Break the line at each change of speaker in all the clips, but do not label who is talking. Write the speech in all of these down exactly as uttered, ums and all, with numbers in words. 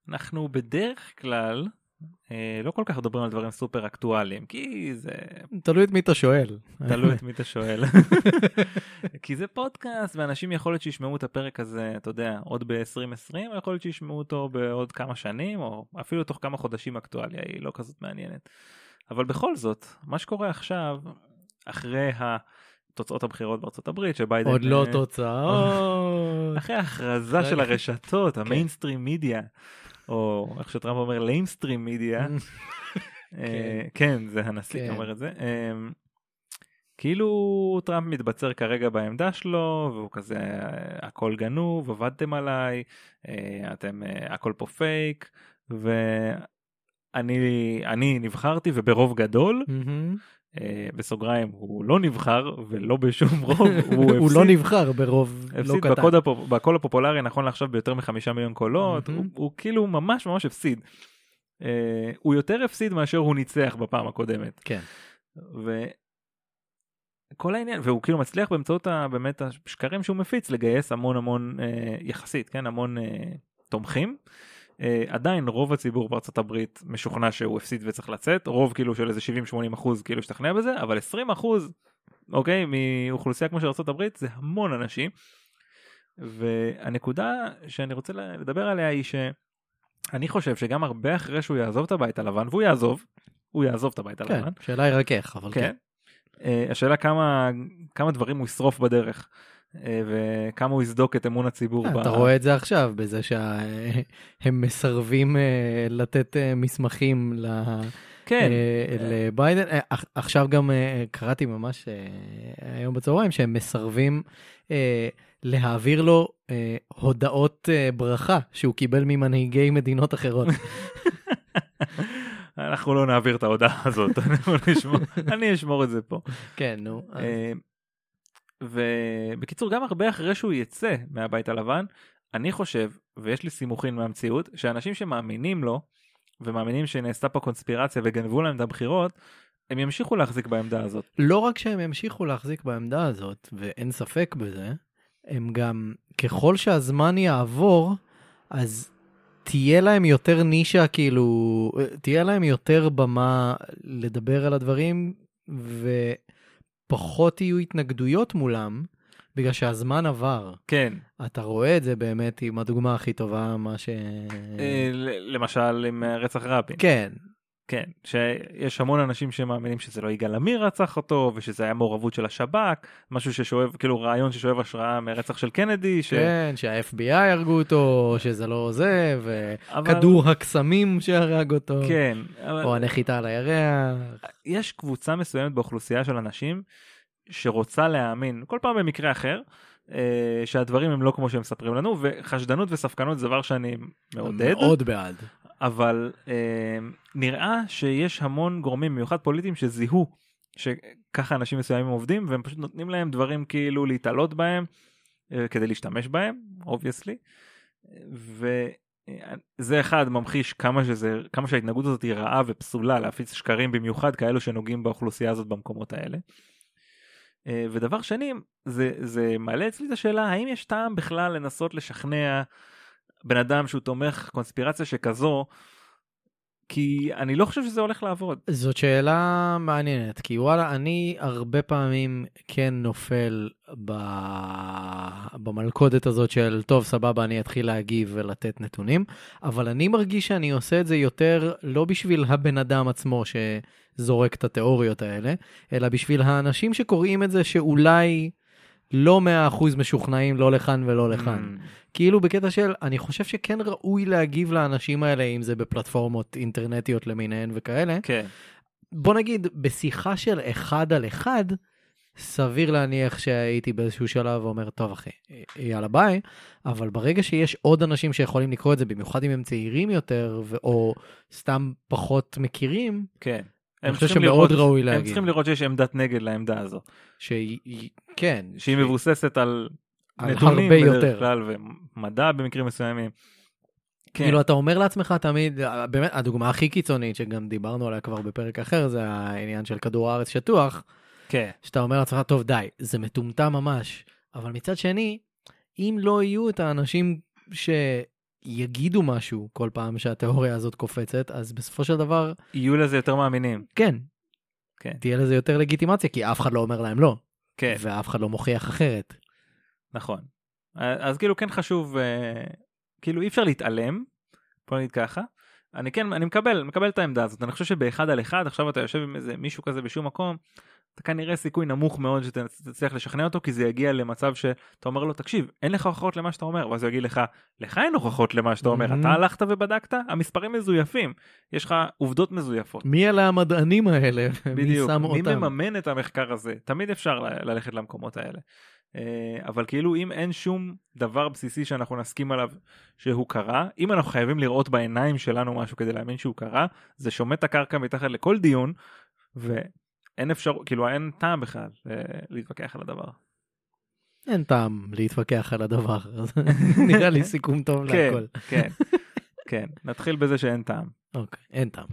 אנחנו בדרך כלל אה, לא כל כך מדברים על דברים סופר אקטואליים, כי זה...
תלוי את מי אתה שואל.
תלוי את מי אתה שואל. כי זה פודקאסט, ואנשים יכול להיות שישמעו את הפרק הזה, אתה יודע, עוד ב-עשרים עשרים, יכול להיות שישמעו אותו בעוד כמה שנים, או אפילו תוך כמה חודשים אקטואליה, היא לא כזאת מעניינת. אבל בכל זאת, מה שקורה עכשיו, אחרי תוצאות הבחירות בארצות הברית, שביידן...
עוד לא תוצאות.
אחרי ההכרזה של הרשתות, המיינסטרים מידיה, או איך שטראמפ אומר, ליימסטרים מידיה, כן, זה הנשיא אומר את זה, כאילו טראמפ מתבצר כרגע בעמדה שלו, והוא כזה, הכל גנוב, עבדתם עליי, אתם, הכל פה פייק, ואני נבחרתי וברוב גדול, בסוגריים, הוא לא נבחר ולא בשום רוב,
הוא לא נבחר ברוב לא קטן.
הפסיד בקול הפופולרי נכון לעכשיו ביותר מחמישה מיליון קולות, הוא כאילו ממש ממש הפסיד. הוא יותר הפסיד מאשר הוא ניצח בפעם הקודמת.
כן.
וכל העניין, והוא כאילו מצליח באמצעות באמת השקרים שהוא מפיץ לגייס המון המון יחסית, כן, המון תומכים. Uh, עדיין רוב הציבור בארצות הברית משוכנע שהוא הפסיד וצריך לצאת, רוב כאילו של איזה שבעים שמונים אחוז כאילו שתכנע בזה, אבל עשרים אחוז, אוקיי, מאוכלוסייה כמו של ארצות הברית, זה המון אנשים, והנקודה שאני רוצה לדבר עליה היא שאני חושב שגם הרבה אחרי שהוא יעזוב את הבית הלבן, והוא יעזוב, הוא יעזוב את הבית
כן,
הלבן.
שאלה היא רק איך, אבל כן.
כן. Uh, השאלה כמה, כמה דברים הוא ישרוף בדרך. וכמה הוא יסדוק את אמון הציבור.
אתה רואה את זה עכשיו, בזה שהם מסרבים לתת מסמכים לביידן. עכשיו גם קראתי ממש היום בצהריים, שהם מסרבים להעביר לו הודעות ברכה, שהוא קיבל ממנהיגי מדינות אחרות.
אנחנו לא נעביר את ההודעה הזאת, אני אשמור את זה פה.
כן, נו.
ובקיצור, גם הרבה אחרי שהוא יצא מהבית הלבן, אני חושב, ויש לי סימוכין מהמציאות, שאנשים שמאמינים לו, ומאמינים שנעשתה פה קונספירציה וגנבו להם את הבחירות, הם ימשיכו להחזיק בעמדה הזאת.
לא רק שהם ימשיכו להחזיק בעמדה הזאת, ואין ספק בזה, הם גם, ככל שהזמן יעבור, אז תהיה להם יותר נישה, כאילו, תהיה להם יותר במה לדבר על הדברים, ו... פחות יהיו התנגדויות מולם, בגלל שהזמן עבר.
כן.
אתה רואה את זה באמת עם הדוגמה הכי טובה, מה ש...
למשל עם רצח רבין.
כן.
כן, שיש המון אנשים שמאמינים שזה לא יגאל עמיר רצח אותו, ושזה היה מעורבות של השב"כ, משהו ששואב, כאילו רעיון ששואב השראה מרצח של קנדי. ש...
כן, שה-אף בי איי הרגו אותו, שזה לא זה, וכדור אבל... הקסמים שהרג אותו. כן. אבל... או הנחיתה על הירח.
יש קבוצה מסוימת באוכלוסייה של אנשים, שרוצה להאמין, כל פעם במקרה אחר, שהדברים הם לא כמו שהם מספרים לנו, וחשדנות וספקנות זה דבר שאני מעודד.
מאוד בעד.
אבל אה, נראה שיש המון גורמים, מיוחד פוליטיים, שזיהו שככה אנשים מסוימים עובדים, והם פשוט נותנים להם דברים כאילו להתעלות בהם, אה, כדי להשתמש בהם, obviously, וזה אחד ממחיש כמה, שזה, כמה שההתנהגות הזאת היא רעה ופסולה, להפיץ שקרים במיוחד כאלו שנוגעים באוכלוסייה הזאת במקומות האלה. אה, ודבר שני, זה, זה מעלה אצלי את השאלה, האם יש טעם בכלל לנסות לשכנע בן אדם שהוא תומך קונספירציה שכזו, כי אני לא חושב שזה הולך לעבוד.
זאת שאלה מעניינת, כי וואלה, אני הרבה פעמים כן נופל ב... במלכודת הזאת של, טוב, סבבה, אני אתחיל להגיב ולתת נתונים, אבל אני מרגיש שאני עושה את זה יותר לא בשביל הבן אדם עצמו שזורק את התיאוריות האלה, אלא בשביל האנשים שקוראים את זה שאולי לא מאה אחוז משוכנעים, לא לכאן ולא לכאן. Mm. כאילו בקטע של, אני חושב שכן ראוי להגיב לאנשים האלה, אם זה בפלטפורמות אינטרנטיות למיניהן וכאלה.
כן.
בוא נגיד, בשיחה של אחד על אחד, סביר להניח שהייתי באיזשהו שלב ואומר, טוב אחי, יאללה ביי, אבל ברגע שיש עוד אנשים שיכולים לקרוא את זה, במיוחד אם הם צעירים יותר, או סתם פחות מכירים,
כן.
אני חושב שמאוד ראוי להגיד.
הם צריכים לראות שיש עמדת נגד לעמדה הזו.
שהיא, כן.
שהיא מבוססת על
על הרבה יותר.
כלל, ומדע במקרים מסוימים.
כאילו אתה אומר לעצמך תמיד, באמת הדוגמה הכי קיצונית שגם דיברנו עליה כבר בפרק אחר, זה העניין של כדור הארץ שטוח.
כן.
שאתה אומר לעצמך, טוב די, זה מטומטם ממש. אבל מצד שני, אם לא יהיו את האנשים ש... יגידו משהו כל פעם שהתיאוריה הזאת קופצת, אז בסופו של דבר...
יהיו לזה יותר מאמינים.
כן.
כן.
תהיה לזה יותר לגיטימציה, כי אף אחד לא אומר להם לא.
כן.
ואף אחד לא מוכיח אחרת.
נכון. אז כאילו כן חשוב, כאילו אי אפשר להתעלם, בוא נגיד ככה. אני כן, אני מקבל, מקבל את העמדה הזאת. אני חושב שבאחד על אחד, עכשיו אתה יושב עם איזה מישהו כזה בשום מקום, אתה כנראה סיכוי נמוך מאוד שתצליח לשכנע אותו, כי זה יגיע למצב שאתה אומר לו, תקשיב, אין לך הוכחות למה שאתה אומר, ואז הוא יגיד לך, לך אין הוכחות למה שאתה אומר, אתה הלכת ובדקת, המספרים מזויפים, יש לך עובדות מזויפות.
מי אלה המדענים האלה?
בדיוק,
מי שם
מי
אותם?
מממן את המחקר הזה? תמיד אפשר ללכת למקומות האלה. אבל כאילו אם אין שום דבר בסיסי שאנחנו נסכים עליו שהוא קרה, אם אנחנו חייבים לראות בעיניים שלנו משהו כדי להאמין שהוא קרה, זה שומט את הקרקע מתחת לכל דיון, ואין אפשר, כאילו אין טעם בכלל להתווכח על הדבר.
אין טעם להתווכח על הדבר, נראה לי סיכום טוב להכל.
כן, כן, נתחיל בזה שאין טעם.
אוקיי, אין טעם.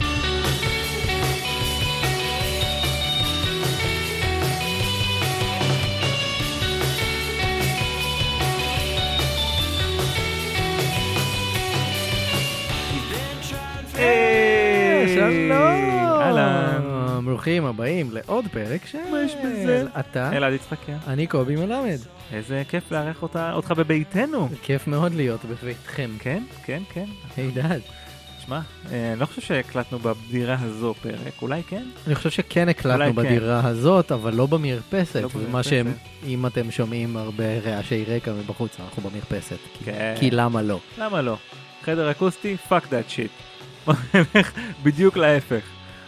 שלום,
אהלן,
ברוכים הבאים לעוד פרק של אתה,
אלעד יצחקי,
אני קובי מלמד.
איזה כיף לארח אותך בביתנו.
כיף מאוד להיות בביתכם.
כן, כן, כן.
הידד.
תשמע, אני לא חושב שהקלטנו בדירה הזו פרק, אולי כן?
אני חושב שכן הקלטנו בדירה הזאת, אבל לא במרפסת. מה שהם, אם אתם שומעים הרבה רעשי רקע מבחוץ, אנחנו במרפסת. כי למה לא?
למה לא? חדר אקוסטי, fuck that shit. בדיוק להפך.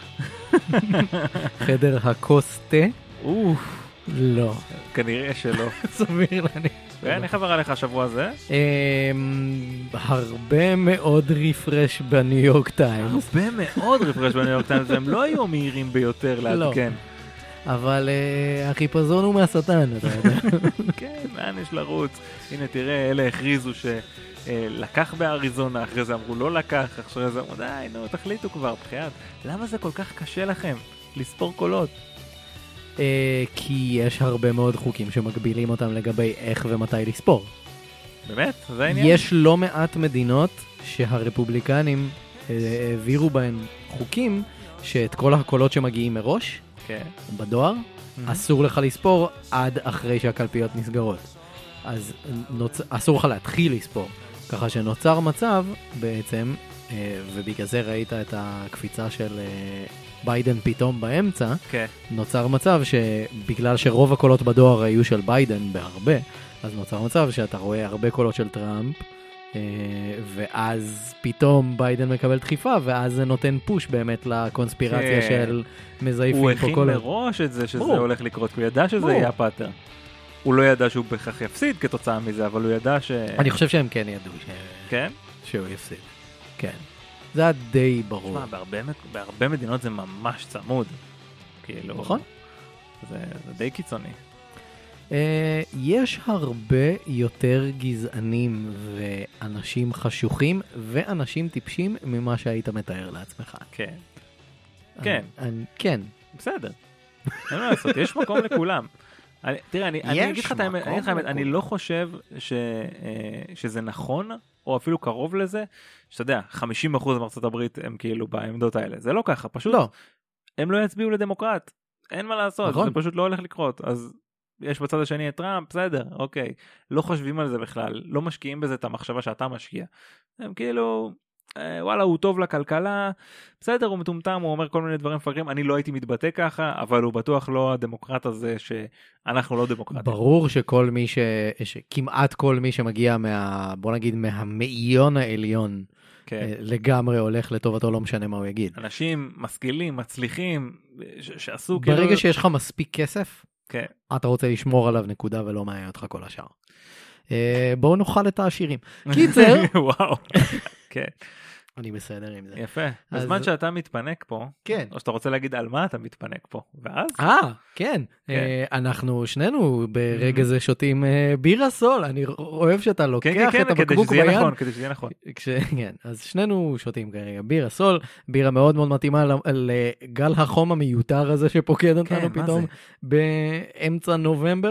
חדר הקוסטה?
אוף.
לא.
כנראה שלא.
סביר להניח.
ואין, איך עבר עליך השבוע הזה?
הרבה מאוד רפרש בניו יורק טיימס.
הרבה מאוד רפרש בניו יורק טיימס, והם לא היו מהירים ביותר לעדכן.
אבל החיפזון הוא מהשטן, אתה יודע.
כן, לאן יש לרוץ? הנה תראה, אלה הכריזו ש... לקח באריזונה, אחרי זה אמרו לא לקח, אחרי זה אמרו די, נו, תחליטו כבר, בחייאת. למה זה כל כך קשה לכם לספור קולות?
כי יש הרבה מאוד חוקים שמגבילים אותם לגבי איך ומתי לספור.
באמת? זה העניין?
יש לא מעט מדינות שהרפובליקנים העבירו בהן חוקים שאת כל הקולות שמגיעים מראש, בדואר, אסור לך לספור עד אחרי שהקלפיות נסגרות. אז אסור לך להתחיל לספור. ככה שנוצר מצב בעצם, ובגלל זה ראית את הקפיצה של ביידן פתאום באמצע, נוצר מצב שבגלל שרוב הקולות בדואר היו של ביידן בהרבה, אז נוצר מצב שאתה רואה הרבה קולות של טראמפ, ואז פתאום ביידן מקבל דחיפה, ואז זה נותן פוש באמת לקונספירציה של מזייפים פה קולות.
הוא הכין מראש את זה שזה הולך לקרות, הוא ידע שזה יהיה הפאטר. הוא לא ידע שהוא בכך יפסיד כתוצאה מזה, אבל הוא ידע ש...
אני חושב שהם כן ידעו ש...
כן?
שהוא יפסיד. כן. זה היה די ברור.
תשמע, בהרבה, בהרבה מדינות זה ממש צמוד. כאילו...
נכון?
זה, זה די קיצוני.
Uh, יש הרבה יותר גזענים ואנשים חשוכים ואנשים טיפשים ממה שהיית מתאר לעצמך.
כן. כן.
אני, אני, כן.
בסדר. אין מה לעשות, יש מקום לכולם. אני, תראה, אני, אני אגיד לך את האמת, אני, האמת, אני לא חושב ש, שזה נכון, או אפילו קרוב לזה, שאתה יודע, חמישים אחוז מארצות הברית הם כאילו בעמדות האלה. זה לא ככה, פשוט
לא.
הם לא יצביעו לדמוקרט. אין מה לעשות, נכון. זה פשוט לא הולך לקרות. אז יש בצד השני את טראמפ, בסדר, אוקיי. לא חושבים על זה בכלל, לא משקיעים בזה את המחשבה שאתה משקיע. הם כאילו... וואלה, הוא טוב לכלכלה, בסדר, הוא מטומטם, הוא אומר כל מיני דברים מפגרים, אני לא הייתי מתבטא ככה, אבל הוא בטוח לא הדמוקרט הזה שאנחנו לא דמוקרטים.
ברור שכל מי ש... שכמעט כל מי שמגיע מה... בוא נגיד מהמאיון העליון, כן. לגמרי הולך לטובתו, לא משנה מה הוא יגיד.
אנשים משכילים, מצליחים, ש... שעשו
ברגע
כאילו...
שיש לך מספיק כסף,
כן.
אתה רוצה לשמור עליו נקודה ולא מעניין אותך כל השאר. בואו נאכל את העשירים. קיצר.
וואו. כן.
אני בסדר עם זה.
יפה. בזמן שאתה מתפנק פה,
כן.
או שאתה רוצה להגיד על מה אתה מתפנק פה, ואז?
אה, כן. אנחנו שנינו ברגע זה שותים בירה סול. אני אוהב שאתה לוקח את הבקבוק ביד.
כדי שזה יהיה נכון.
כן, אז שנינו שותים כרגע בירה סול, בירה מאוד מאוד מתאימה לגל החום המיותר הזה שפוקד אותנו פתאום באמצע נובמבר.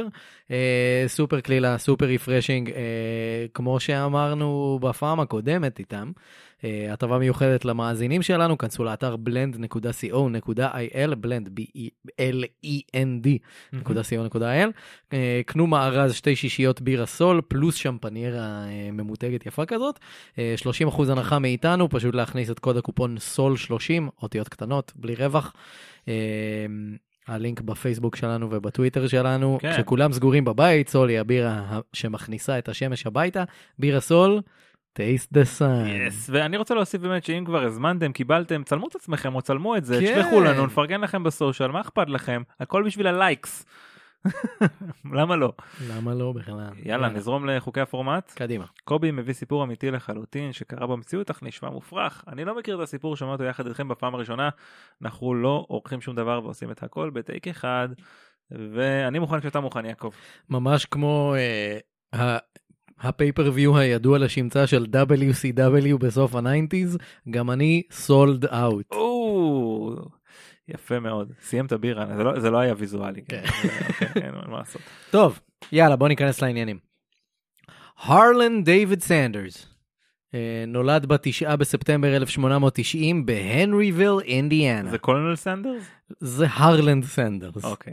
סופר קלילה, סופר ריפרשינג, כמו שאמרנו בפעם הקודמת איתם, הטבה מיוחדת למאזינים שלנו, כנסו לאתר blend נקודה co נקודה il, blend, B-L-E-N-D נקודה co נקודה il, קנו מארז שתי שישיות בירה סול, פלוס שמפניירה ממותגת יפה כזאת, שלושים אחוז הנחה מאיתנו, פשוט להכניס את קוד הקופון סול שלושים, אותיות קטנות, בלי רווח, הלינק בפייסבוק שלנו ובטוויטר שלנו, כן. שכולם סגורים בבית, סול היא הבירה שמכניסה את השמש הביתה, בירה סול, taste the sun.
Yes, ואני רוצה להוסיף באמת שאם כבר הזמנתם, קיבלתם, צלמו את עצמכם או צלמו את זה, כן. תשלחו לנו, נפרגן לכם בסושיאל, מה אכפת לכם? הכל בשביל הלייקס. למה לא?
למה לא בכלל?
יאללה, נזרום לחוקי הפורמט.
קדימה.
קובי מביא סיפור אמיתי לחלוטין שקרה במציאות, אך נשמע מופרך. אני לא מכיר את הסיפור, שמע אותו יחד איתכם בפעם הראשונה. אנחנו לא עורכים שום דבר ועושים את הכל בטייק אחד, ואני מוכן כשאתה מוכן, יעקב.
ממש כמו הפייפריוויו הידוע לשמצה של דאבליו סי דאבליו בסוף ה-תשעים, גם אני sold out.
או, יפה מאוד. סיים את הבירה, זה לא, זה לא היה ויזואלי. כן. אוקיי, אין מה לעשות.
טוב, יאללה, בוא ניכנס לעניינים. הרלן דיוויד סנדרס נולד בתשעה בספטמבר אלף שמונה מאות תשעים בהנריוויל, אינדיאנה.
זה קולונל סנדרס?
זה הרלנד סנדרס.
אוקיי.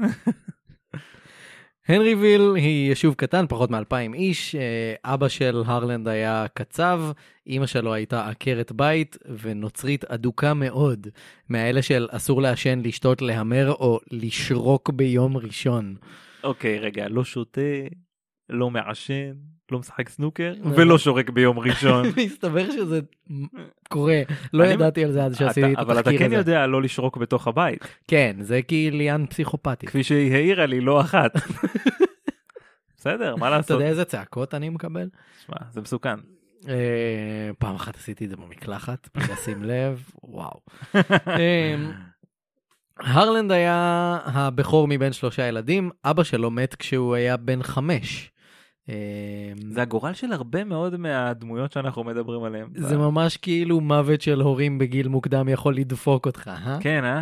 הנריוויל היא יישוב קטן, פחות מאלפיים איש. אבא של הרלנד היה קצב, אמא שלו הייתה עקרת בית ונוצרית אדוקה מאוד, מהאלה של אסור לעשן, לשתות, להמר או לשרוק ביום ראשון.
אוקיי, רגע, לא שותה, לא מעשן, לא משחק סנוקר ולא שורק ביום ראשון.
מסתבר שזה קורה, לא ידעתי על זה עד שעשיתי את התחקיר הזה.
אבל אתה כן יודע לא לשרוק בתוך הבית.
כן, זה כאילו פסיכופתי.
כפי שהיא העירה לי, לא אחת. בסדר, מה לעשות?
אתה יודע איזה צעקות אני מקבל?
שמע, זה מסוכן.
פעם אחת עשיתי את זה במקלחת, לשים לב, וואו. הרלנד היה הבכור מבין שלושה ילדים, אבא שלו מת כשהוא היה בן חמש.
זה הגורל של הרבה מאוד מהדמויות שאנחנו מדברים עליהן.
זה ממש כאילו מוות של הורים בגיל מוקדם יכול לדפוק אותך, אה?
כן, אה?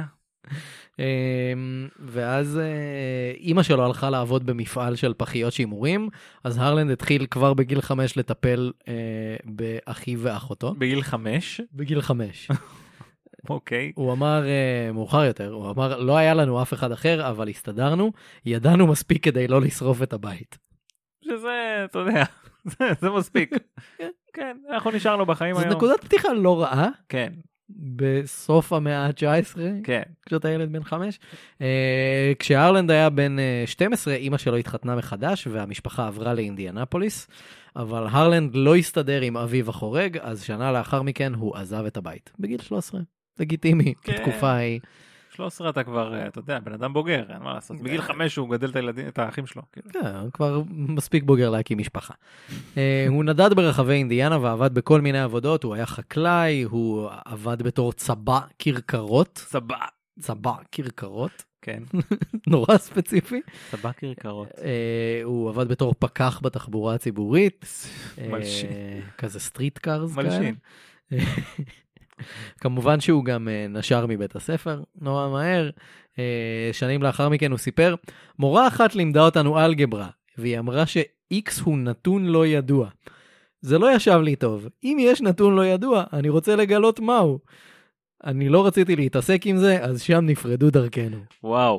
ואז אמא שלו הלכה לעבוד במפעל של פחיות שימורים, אז הרלנד התחיל כבר בגיל חמש לטפל באחיו ואחותו.
בגיל חמש?
בגיל חמש.
אוקיי.
הוא אמר מאוחר יותר, הוא אמר לא היה לנו אף אחד אחר, אבל הסתדרנו, ידענו מספיק כדי לא לשרוף את הבית.
שזה, אתה יודע, זה, זה מספיק. כן, אנחנו נשארנו בחיים היום.
זו נקודת פתיחה לא רעה.
כן.
בסוף המאה ה-תשע עשרה.
כן.
כשאתה ילד בן חמש. כשהרלנד היה בן שתים עשרה, אמא שלו התחתנה מחדש, והמשפחה עברה לאינדיאנפוליס, אבל הרלנד לא הסתדר עם אביו החורג, אז שנה לאחר מכן הוא עזב את הבית. בגיל שלוש עשרה. לגיטימי,
כן.
בתקופה ההיא.
שלוש עשרה אתה כבר, אתה יודע, בן אדם בוגר, אין מה לעשות. בגיל חמש הוא גדל את הילדים, את האחים שלו.
כן, הוא כבר מספיק בוגר להקים משפחה. הוא נדד ברחבי אינדיאנה ועבד בכל מיני עבודות, הוא היה חקלאי, הוא עבד בתור צבא כרכרות.
צבא.
צבא כרכרות.
כן.
נורא ספציפי.
צבא כרכרות.
הוא עבד בתור פקח בתחבורה הציבורית.
מלשין.
כזה סטריט קארס.
מלשין.
כמובן שהוא גם נשר מבית הספר, נורא מהר. שנים לאחר מכן הוא סיפר, מורה אחת לימדה אותנו אלגברה, והיא אמרה ש-X הוא נתון לא ידוע. זה לא ישב לי טוב. אם יש נתון לא ידוע, אני רוצה לגלות מהו. אני לא רציתי להתעסק עם זה, אז שם נפרדו דרכנו.
וואו.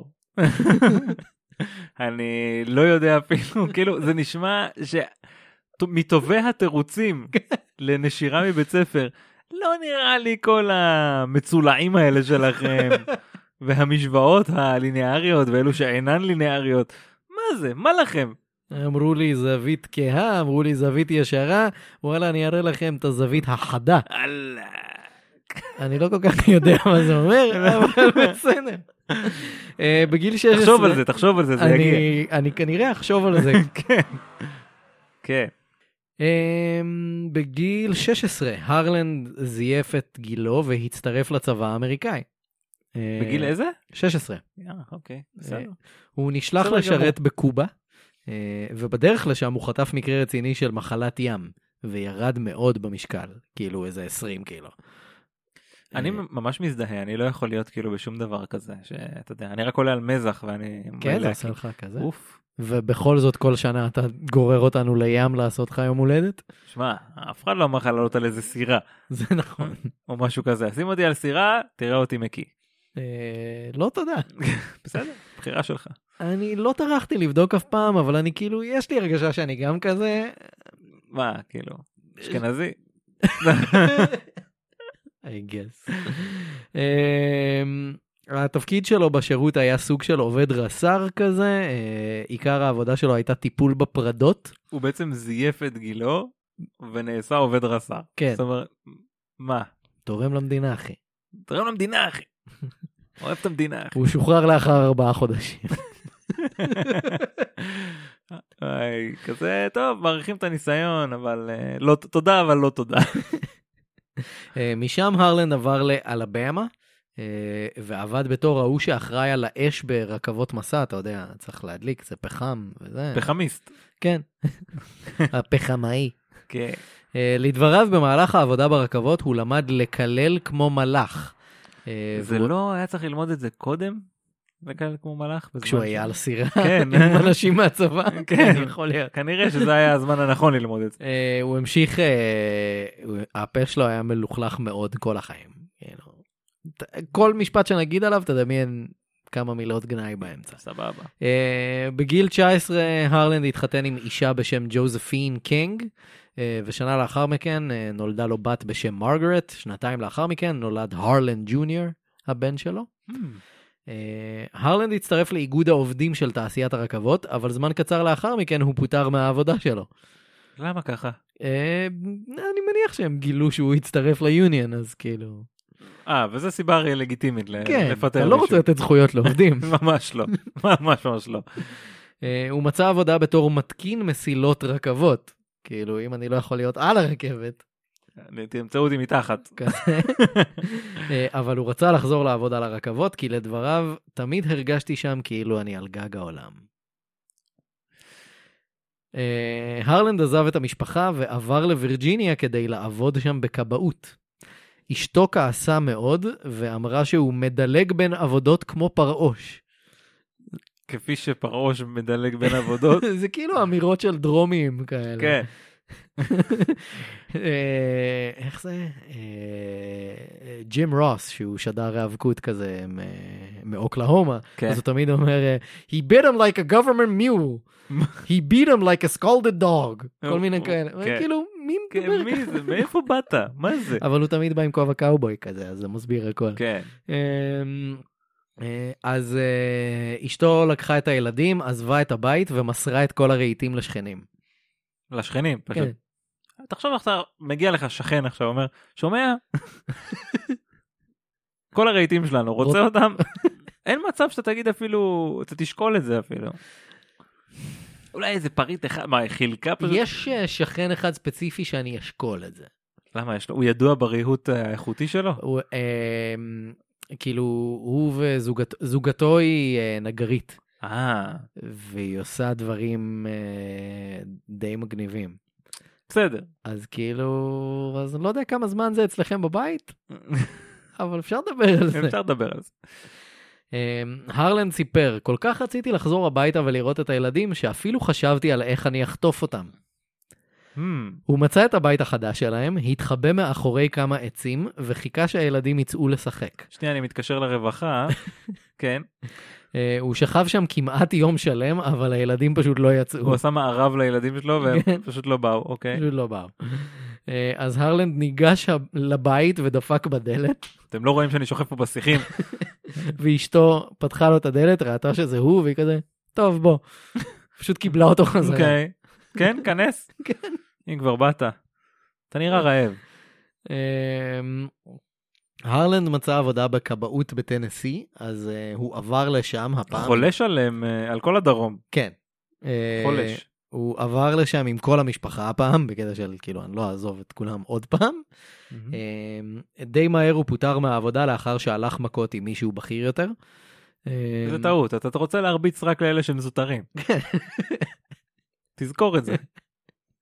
אני לא יודע אפילו, כאילו, זה נשמע שמטובי התירוצים לנשירה מבית ספר, לא נראה לי כל המצולעים האלה שלכם, והמשוואות הליניאריות, ואלו שאינן ליניאריות. מה זה? מה לכם?
אמרו לי זווית כהה, אמרו לי זווית ישרה, וואלה, אני אראה לכם את הזווית החדה.
אללה.
אני לא כל כך יודע מה זה אומר, אבל בסדר. בגיל שש עשרה...
תחשוב על זה, תחשוב על זה, זה יגיע.
אני כנראה אחשוב על זה.
כן. כן.
בגיל שש עשרה, הרלנד זייף את גילו והצטרף לצבא האמריקאי.
בגיל איזה?
שש עשרה.
אוקיי, בסדר.
הוא נשלח לשרת בקובה, ובדרך לשם הוא חטף מקרה רציני של מחלת ים, וירד מאוד במשקל, כאילו איזה עשרים קילו.
אני ממש מזדהה, אני לא יכול להיות כאילו בשום דבר כזה, שאתה יודע, אני רק עולה על מזח ואני...
כן, זה עושה לך כזה.
אוף.
ובכל זאת כל שנה אתה גורר אותנו לים לעשות לך יום הולדת?
שמע, אף אחד לא אמר לך לעלות על איזה סירה.
זה נכון.
או משהו כזה, שים אותי על סירה, תראה אותי מקיא.
לא תודה.
בסדר, בחירה שלך.
אני לא טרחתי לבדוק אף פעם, אבל אני כאילו, יש לי הרגשה שאני גם כזה...
מה, כאילו, אשכנזי?
I guess. התפקיד שלו בשירות היה סוג של עובד רס"ר כזה, עיקר העבודה שלו הייתה טיפול בפרדות.
הוא בעצם זייף את גילו, ונעשה עובד רס"ר.
כן.
זאת אומרת, מה?
תורם למדינה, אחי.
תורם למדינה, אחי. אוהב את המדינה, אחי.
הוא שוחרר לאחר ארבעה חודשים.
איי, כזה, טוב, מעריכים את הניסיון, אבל לא, תודה, אבל לא תודה.
משם הרלנד עבר לאלבמה, ועבד בתור ההוא שאחראי על האש ברכבות מסע, אתה יודע, צריך להדליק, זה פחם וזה.
פחמיסט.
כן, הפחמאי.
כן.
לדבריו, במהלך העבודה ברכבות, הוא למד לקלל כמו מלאך.
זה לא היה צריך ללמוד את זה קודם? לקלל כמו מלאך?
כשהוא היה על סירה,
כן.
עם אנשים מהצבא,
כן,
יכול להיות.
כנראה שזה היה הזמן הנכון ללמוד את זה.
הוא המשיך, הפה שלו היה מלוכלך מאוד כל החיים. כל משפט שנגיד עליו, תדמיין כמה מילות גנאי באמצע.
סבבה.
בגיל תשע עשרה, הרלנד התחתן עם אישה בשם ג'וזפין קינג, ושנה לאחר מכן נולדה לו בת בשם מרגרט, שנתיים לאחר מכן נולד הרלנד ג'וניור, הבן שלו. הרלנד הצטרף לאיגוד העובדים של תעשיית הרכבות, אבל זמן קצר לאחר מכן הוא פוטר מהעבודה שלו.
למה ככה?
אני מניח שהם גילו שהוא הצטרף ליוניון, אז כאילו...
אה, וזו סיבה לגיטימית לפטר מישהו.
כן, אתה לא רוצה לתת זכויות לעובדים.
ממש לא, ממש ממש לא.
הוא מצא עבודה בתור מתקין מסילות רכבות. כאילו, אם אני לא יכול להיות על הרכבת.
תמצאו אותי מתחת.
אבל הוא רצה לחזור לעבוד על הרכבות, כי לדבריו, תמיד הרגשתי שם כאילו אני על גג העולם. הרלנד עזב את המשפחה ועבר לווירג'יניה כדי לעבוד שם בכבאות. אשתו כעסה מאוד ואמרה שהוא מדלג בין עבודות כמו פרעוש.
כפי שפרעוש מדלג בין עבודות.
זה כאילו אמירות של דרומים כאלה.
כן.
איך זה? ג'ים רוס, שהוא שדר האבקות כזה מאוקלהומה, אז הוא תמיד אומר, he beat him like a government mule. He beat him like a scalded dog. כל מיני כאלה. כאילו, מי מדבר ככה?
מי זה? מאיפה באת? מה זה?
אבל הוא תמיד בא עם כובע קאובוי כזה, אז זה מסביר הכל.
כן.
אז אשתו לקחה את הילדים, עזבה את הבית ומסרה את כל הרהיטים לשכנים.
לשכנים, פשוט. תחשוב עכשיו, מגיע לך שכן עכשיו, אומר, שומע? כל הרהיטים שלנו, רוצה אותם? אין מצב שאתה תגיד אפילו, אתה תשקול את זה אפילו. אולי איזה פריט אחד, מה, חילקה פשוט?
יש שכן אחד ספציפי שאני אשקול את זה.
למה יש לו? הוא ידוע בריהוט האיכותי שלו?
הוא, כאילו, הוא וזוגתו היא נגרית.
אה.
והיא עושה דברים די מגניבים.
בסדר.
אז כאילו, אז אני לא יודע כמה זמן זה אצלכם בבית, אבל אפשר לדבר על זה.
אפשר לדבר על זה.
הרלנד סיפר, כל כך רציתי לחזור הביתה ולראות את הילדים, שאפילו חשבתי על איך אני אחטוף אותם. Hmm. הוא מצא את הבית החדש שלהם, התחבא מאחורי כמה עצים, וחיכה שהילדים יצאו לשחק.
שנייה, אני מתקשר לרווחה. כן.
הוא שכב שם כמעט יום שלם, אבל הילדים פשוט לא יצאו.
הוא עשה מערב לילדים שלו, והם פשוט לא באו, אוקיי.
פשוט לא באו. אז הרלנד ניגש לבית ודפק בדלת.
אתם לא רואים שאני שוכב פה בשיחים.
ואשתו פתחה לו את הדלת, ראתה שזה הוא, והיא כזה, טוב בוא. פשוט קיבלה אותו חזרה.
אוקיי. כן, כנס.
כן.
אם כבר באת. אתה נראה רעב.
הרלנד מצא עבודה בכבאות בטנסי, אז uh, הוא עבר לשם הפעם.
חולש עליהם, uh, על כל הדרום.
כן.
חולש.
Uh, הוא עבר לשם עם כל המשפחה הפעם, בקטע של כאילו אני לא אעזוב את כולם עוד פעם. Mm-hmm. Uh, די מהר הוא פוטר מהעבודה לאחר שהלך מכות עם מישהו בכיר יותר.
זה טעות, אתה רוצה להרביץ רק לאלה שמזוטרים. תזכור את זה.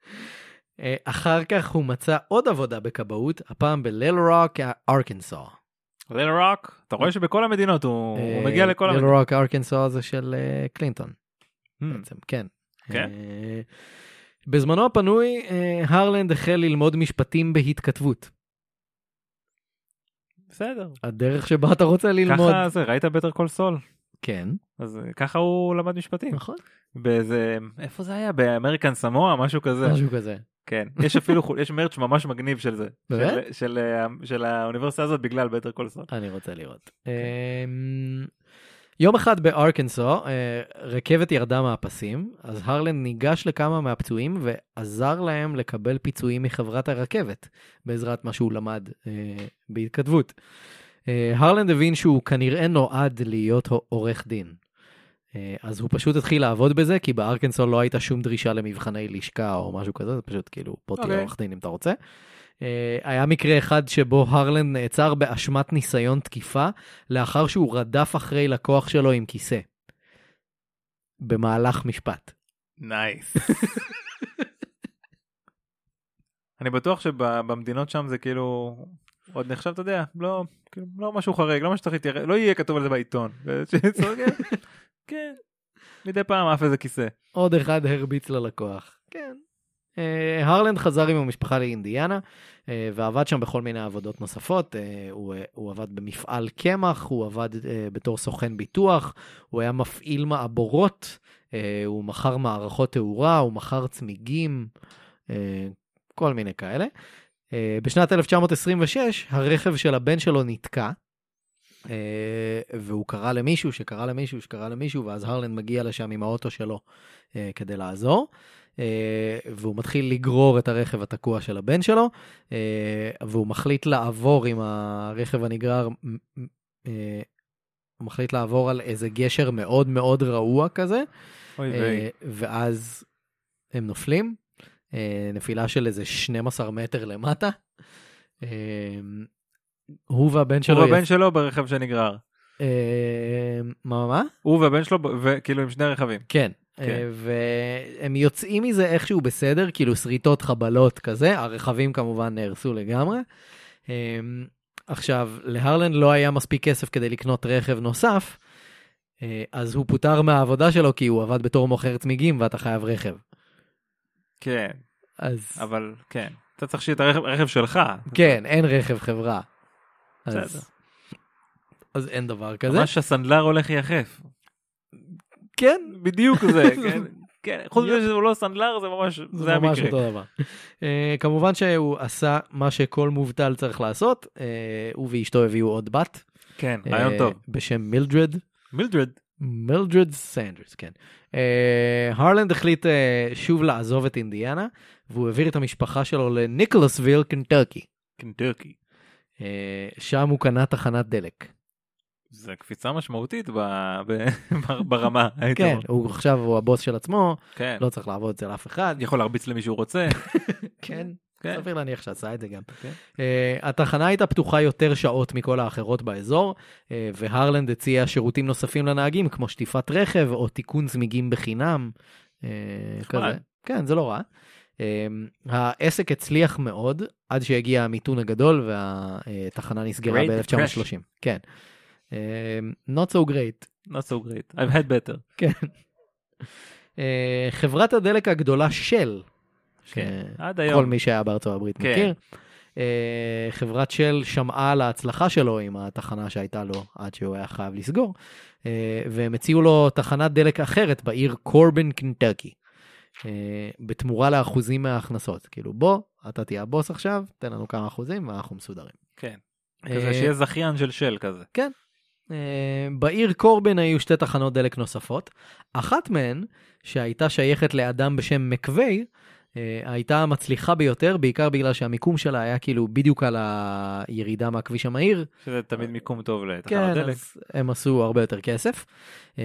אחר כך הוא מצא עוד עבודה בכבאות, הפעם בליל רוק, ארקנסו.
ליל רוק, אתה רואה שבכל המדינות הוא הוא מגיע לכל
ליל
המדינות.
רוק ארקנסו זה של אה, קלינטון.
Hmm,
בעצם, כן.
כן.
אה, בזמנו הפנוי, אה, הרלנד החל ללמוד משפטים בהתכתבות.
בסדר.
הדרך שבה אתה רוצה ללמוד.
ככה זה, ראית בטר קול סול?
כן,
אז אה, ככה הוא למד משפטים.
נכון.
באיזה, איפה זה היה? באמריקן סמואה, משהו כזה.
משהו כזה.
כן, יש אפילו, יש מרץ' ממש מגניב של זה.
באמת?
של, של, אה, של האוניברסיטה הזאת בגלל בטר קול סול.
אני רוצה לראות. אמ, יום אחד בארקנסו, אה, רכבת ירדה מהפסים, אז הרלנד ניגש לכמה מהפצועים ועזר להם לקבל פיצויים מחברת הרכבת, בעזרת מה שהוא למד אה, בהתכתבות. אה, הרלנד הבין שהוא כנראה נועד להיות עורך דין. אה, אז הוא פשוט התחיל לעבוד בזה, כי בארקנסו לא הייתה שום דרישה למבחני לשכה או משהו כזה, זה פשוט כאילו, פה תהיה
אוקיי.
עורך דין אם אתה רוצה. אה, היה מקרה אחד שבו הרלנד נעצר באשמת ניסיון תקיפה, לאחר שהוא רדף אחרי לקוח שלו עם כיסא. במהלך משפט.
נייס. אני בטוח שבמדינות שם זה כאילו עוד נחשב, אתה יודע, לא, כאילו, לא משהו חרג, לא משהו שצריך להתייחס, לא יהיה כתוב על זה בעיתון. כן, מדי פעם אף איזה כיסא.
עוד אחד הרביץ ללקוח. כן. Uh, הרלנד חזר עם המשפחה לאינדיאנה, uh, ועבד שם בכל מיני עבודות נוספות. Uh, הוא, uh, הוא עבד במפעל קמח, הוא עבד uh, בתור סוכן ביטוח, הוא היה מפעיל מעבורות, uh, הוא מכר מערכות תאורה, הוא מכר צמיגים, uh, כל מיני כאלה. Uh, בשנת אלף תשע מאות עשרים ושש, הרכב של הבן שלו נתקע, uh, והוא קרא למישהו, שקרא למישהו, שקרא למישהו, ואז הרלנד מגיע לשם עם האוטו שלו uh, כדי לעזור. Uh, והוא מתחיל לגרור את הרכב התקוע של הבן שלו, uh, והוא מחליט לעבור עם הרכב הנגרר, uh, הוא מחליט לעבור על איזה גשר מאוד מאוד רעוע כזה,
אוי
uh,
ויי.
ואז הם נופלים, uh, נפילה של איזה שנים עשר מטר למטה, uh, הוא והבן שלו...
הוא והבן שלו ברכב שנגרר.
Uh, מה מה?
הוא והבן שלו, וכאילו עם שני רכבים.
כן.
כן.
והם יוצאים מזה איכשהו בסדר, כאילו שריטות חבלות כזה, הרכבים כמובן נהרסו לגמרי. עכשיו, להרלנד לא היה מספיק כסף כדי לקנות רכב נוסף, אז הוא פוטר מהעבודה שלו, כי הוא עבד בתור מוכר צמיגים, ואתה חייב רכב.
כן,
אז...
אבל כן, אתה צריך שיהיה את הרכב הרכב שלך.
כן, אין רכב חברה.
בסדר.
אז... אז אין דבר כזה.
ממש הסנדלר הולך יחף.
כן.
בדיוק זה, כן. כן, חוץ מזה שהוא לא סנדלר, זה ממש, זה,
זה ממש
המקרה.
אותו דבר. uh, כמובן שהוא עשה מה שכל מובטל צריך לעשות, uh, הוא ואשתו הביאו עוד בת.
כן, רעיון
uh,
טוב.
בשם מילדרד.
מילדרד.
מילדרד סנדרס, כן. Uh, הרלנד החליט uh, שוב לעזוב את אינדיאנה, והוא העביר את המשפחה שלו לניקולסוויל, קנטקי.
קנטקי.
Uh, שם הוא קנה תחנת דלק.
זה קפיצה משמעותית ב... ב... ברמה.
כן, הוא עכשיו הוא הבוס של עצמו,
כן.
לא צריך לעבוד אצל אף אחד.
יכול להרביץ למי שהוא רוצה.
כן,
כן.
סביר להניח שעשה את זה גם.
כן.
Uh, התחנה הייתה פתוחה יותר שעות מכל האחרות באזור, uh, והרלנד הציע שירותים נוספים לנהגים, כמו שטיפת רכב או תיקון צמיגים בחינם. Uh, כזה. כן, זה לא רע. Uh, העסק הצליח מאוד, עד שהגיע המיתון הגדול, והתחנה נסגרה
Great
ב-אלף תשע מאות שלושים. כן. Uh, not so great.
Not so great. I've had better.
כן. Uh, חברת הדלק הגדולה של,
כן. עד
כל
היום.
מי שהיה בארצות הברית
כן.
מכיר, uh, חברת של שמעה על ההצלחה שלו עם התחנה שהייתה לו עד שהוא היה חייב לסגור, uh, והם הציעו לו תחנת דלק אחרת בעיר קורבן, קנטקי, uh, בתמורה לאחוזים מההכנסות. כאילו בוא, אתה תהיה הבוס עכשיו, תן לנו כמה אחוזים ואנחנו מסודרים.
כן. כזה שיהיה זכיין של של כזה.
כן. Uh, בעיר קורבן היו שתי תחנות דלק נוספות. אחת מהן, שהייתה שייכת לאדם בשם מקווי, uh, הייתה המצליחה ביותר, בעיקר בגלל שהמיקום שלה היה כאילו בדיוק על הירידה מהכביש המהיר.
שזה תמיד מיקום טוב לתחנות
כן,
דלק.
אז הם עשו הרבה יותר כסף. Uh,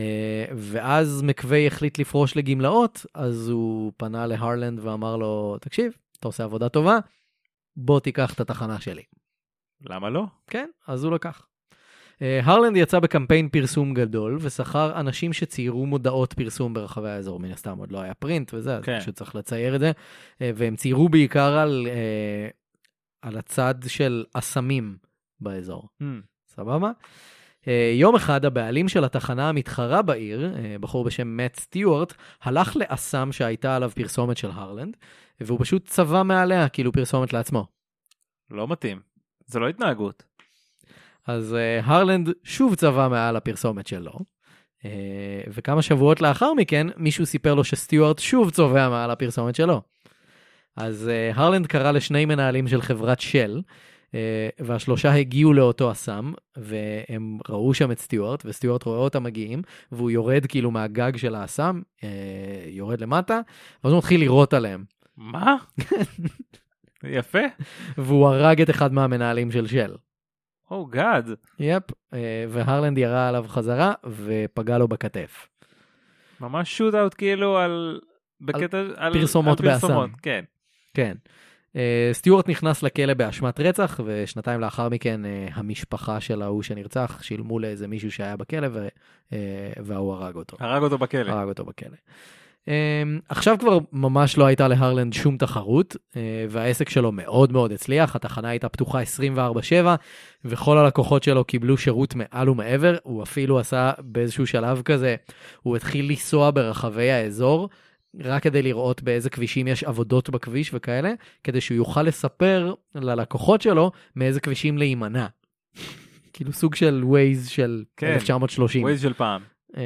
ואז מקווי החליט לפרוש לגמלאות, אז הוא פנה להרלנד ואמר לו, תקשיב, אתה עושה עבודה טובה, בוא תיקח את התחנה שלי.
למה לא?
כן, אז הוא לקח. הרלנד יצא בקמפיין פרסום גדול, ושכר אנשים שציירו מודעות פרסום ברחבי האזור. מן הסתם עוד לא היה פרינט וזה,
כן.
אז פשוט צריך לצייר את זה. והם ציירו בעיקר על, על הצד של אסמים באזור.
Hmm.
סבבה? יום אחד הבעלים של התחנה המתחרה בעיר, בחור בשם מאט סטיוארט, הלך לאסם שהייתה עליו פרסומת של הרלנד, והוא פשוט צבע מעליה כאילו פרסומת לעצמו.
לא מתאים, זה לא התנהגות.
אז הרלנד שוב צבע מעל הפרסומת שלו, וכמה שבועות לאחר מכן מישהו סיפר לו שסטיוארט שוב צובע מעל הפרסומת שלו. אז הרלנד קרא לשני מנהלים של חברת של, והשלושה הגיעו לאותו אסם, והם ראו שם את סטיוארט, וסטיוארט רואה אותם מגיעים, והוא יורד כאילו מהגג של האסם, יורד למטה, ואז הוא מתחיל לירות עליהם.
מה? יפה.
והוא הרג את אחד מהמנהלים של של.
או גאד.
יפ, והרלנד ירה עליו חזרה, ופגע לו בכתף.
ממש שוט אאוט כאילו על... בקטע...
על פרסומות באסם.
כן.
כן. סטיוארט נכנס לכלא באשמת רצח, ושנתיים לאחר מכן המשפחה של ההוא שנרצח שילמו לאיזה מישהו שהיה בכלא, והוא הרג אותו.
הרג אותו בכלא.
הרג אותו בכלא. עכשיו כבר ממש לא הייתה להרלנד שום תחרות, והעסק שלו מאוד מאוד הצליח, התחנה הייתה פתוחה עשרים וארבע שבע, וכל הלקוחות שלו קיבלו שירות מעל ומעבר, הוא אפילו עשה באיזשהו שלב כזה, הוא התחיל לנסוע ברחבי האזור, רק כדי לראות באיזה כבישים יש עבודות בכביש וכאלה, כדי שהוא יוכל לספר ללקוחות שלו מאיזה כבישים להימנע. כאילו סוג של ווייז של אלף תשע מאות שלושים.
ווייז של פעם.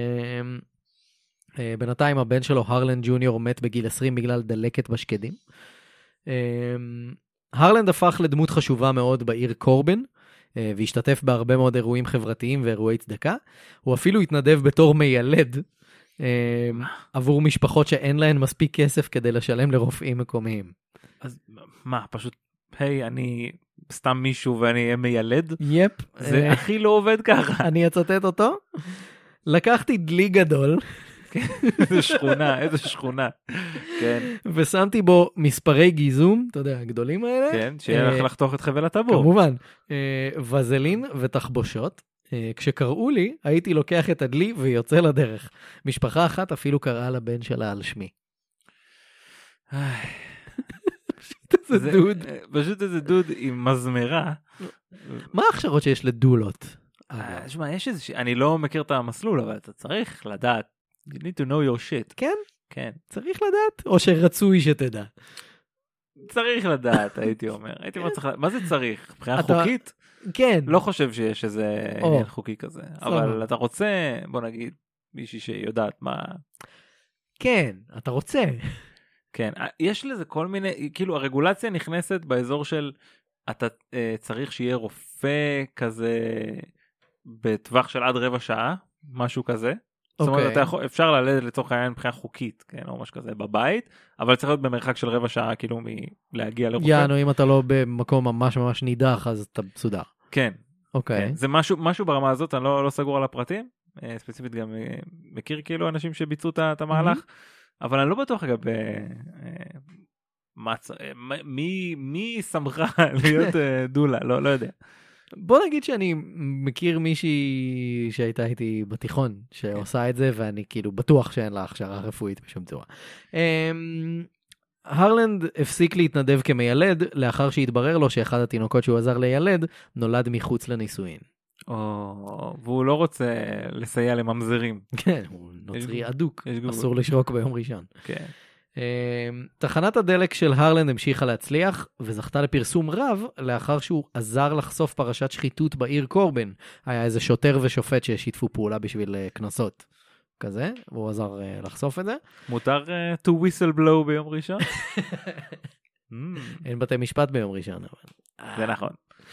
בינתיים הבן שלו, הרלנד ג'וניור, מת בגיל עשרים בגלל דלקת בשקדים. הרלנד הפך לדמות חשובה מאוד בעיר קורבן, והשתתף בהרבה מאוד אירועים חברתיים ואירועי צדקה. הוא אפילו התנדב בתור מיילד, עבור משפחות שאין להן מספיק כסף כדי לשלם לרופאים מקומיים.
אז מה, פשוט, היי, אני סתם מישהו ואני אהיה מיילד?
יפ.
זה הכי לא עובד ככה.
אני אצטט אותו. לקחתי דלי גדול.
איזה שכונה, איזה שכונה. כן.
ושמתי בו מספרי גיזום, אתה יודע, הגדולים האלה.
כן, שיהיה לך לחתוך את חבל הטבור.
כמובן. וזלין ותחבושות. כשקראו לי, הייתי לוקח את הדלי ויוצא לדרך. משפחה אחת אפילו קראה לבן שלה על שמי. פשוט איזה דוד.
פשוט איזה דוד עם מזמרה.
מה ההכשרות שיש לדולות?
תשמע, יש איזה, אני לא מכיר את המסלול, אבל אתה צריך לדעת. You need to know your shit.
כן?
כן.
צריך לדעת? או שרצוי שתדע?
צריך לדעת, הייתי אומר. הייתי אומר, צריך לדעת. מה זה צריך? מבחינה חוקית?
כן.
לא חושב שיש איזה עניין חוקי כזה, אבל אתה רוצה, בוא נגיד, מישהי שיודעת מה...
כן, אתה רוצה.
כן, יש לזה כל מיני, כאילו הרגולציה נכנסת באזור של, אתה צריך שיהיה רופא כזה, בטווח של עד רבע שעה, משהו כזה. זאת אומרת, אפשר ללדת לצורך העניין מבחינה חוקית, כן, או משהו כזה בבית, אבל צריך להיות במרחק של רבע שעה, כאילו, מלהגיע לרופא.
יענו, אם אתה לא במקום ממש ממש נידח, אז אתה מסודר.
כן.
אוקיי.
זה משהו, משהו ברמה הזאת, אני לא, לא סגור על הפרטים, ספציפית גם מכיר כאילו אנשים שביצעו את המהלך, אבל אני לא בטוח אגב, מי, מי שמחה להיות דולה, לא, לא יודע.
בוא נגיד שאני מכיר מישהי שהייתה איתי בתיכון, שעושה את זה, ואני כאילו בטוח שאין לה הכשרה רפואית בשום צורה. הרלנד הפסיק להתנדב כמיילד, לאחר שהתברר לו שאחד התינוקות שהוא עזר לילד, נולד מחוץ לנישואין.
או, והוא לא רוצה לסייע לממזרים.
כן, הוא נוצרי אדוק, אסור לשרוק ביום ראשון.
כן.
תחנת הדלק של הרלנד המשיכה להצליח, וזכתה לפרסום רב, לאחר שהוא עזר לחשוף פרשת שחיתות בעיר קורבן. היה איזה שוטר ושופט ששיתפו פעולה בשביל כנסות. כזה, והוא עזר לחשוף את זה.
מותר to whistle blow ביום ראשון?
אין בתי משפט ביום ראשון.
זה נכון.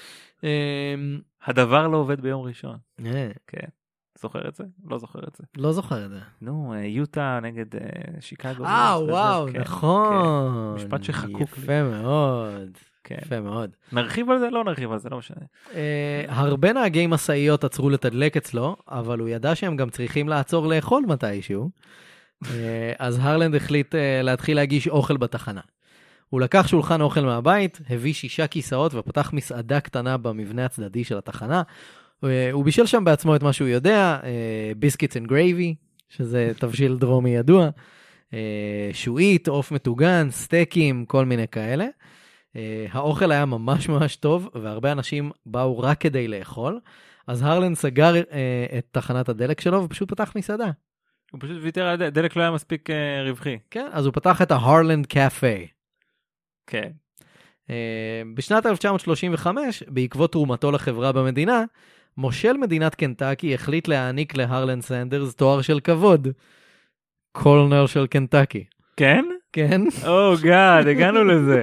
הדבר לא עובד ביום ראשון. כן. זוכר את זה? לא זוכר את זה.
לא זוכר את זה.
נו, יוטה נגד שיקגו.
אה, וואו, נכון.
משפט שחקוק לי.
יפה מאוד. יפה מאוד.
נרחיב על זה? לא נרחיב על זה, לא משנה.
הרבה נהגי מסעיות עצרו לתדלק אצלו, אבל הוא ידע שהם גם צריכים לעצור לאכול מתישהו. אז הרלנד החליט להתחיל להגיש אוכל בתחנה. הוא לקח שולחן אוכל מהבית, הביא שישה כיסאות ופתח מסעדה קטנה במבנה הצדדי של התחנה. הוא בישל שם בעצמו את מה שהוא יודע, ביסקיטס אנד גרייבי, שזה תבשיל דרומי ידוע, שועית, עוף מטוגן, סטייקים, כל מיני כאלה. האוכל היה ממש ממש טוב, והרבה אנשים באו רק כדי לאכול, אז הרלנד סגר אה, את תחנת הדלק שלו ופשוט פתח מסעדה.
הוא פשוט ויתר על הדלק, דלק לא היה מספיק אה, רווחי.
כן, אז הוא פתח את ההרלנד קאפה.
כן.
אה, בשנת אלף תשע מאות שלושים וחמש, בעקבות תרומתו לחברה במדינה, מושל מדינת קנטקי החליט להעניק להרלנד סנדרס תואר של כבוד. קולנר של קנטקי.
כן?
כן.
או גאד, הגענו לזה.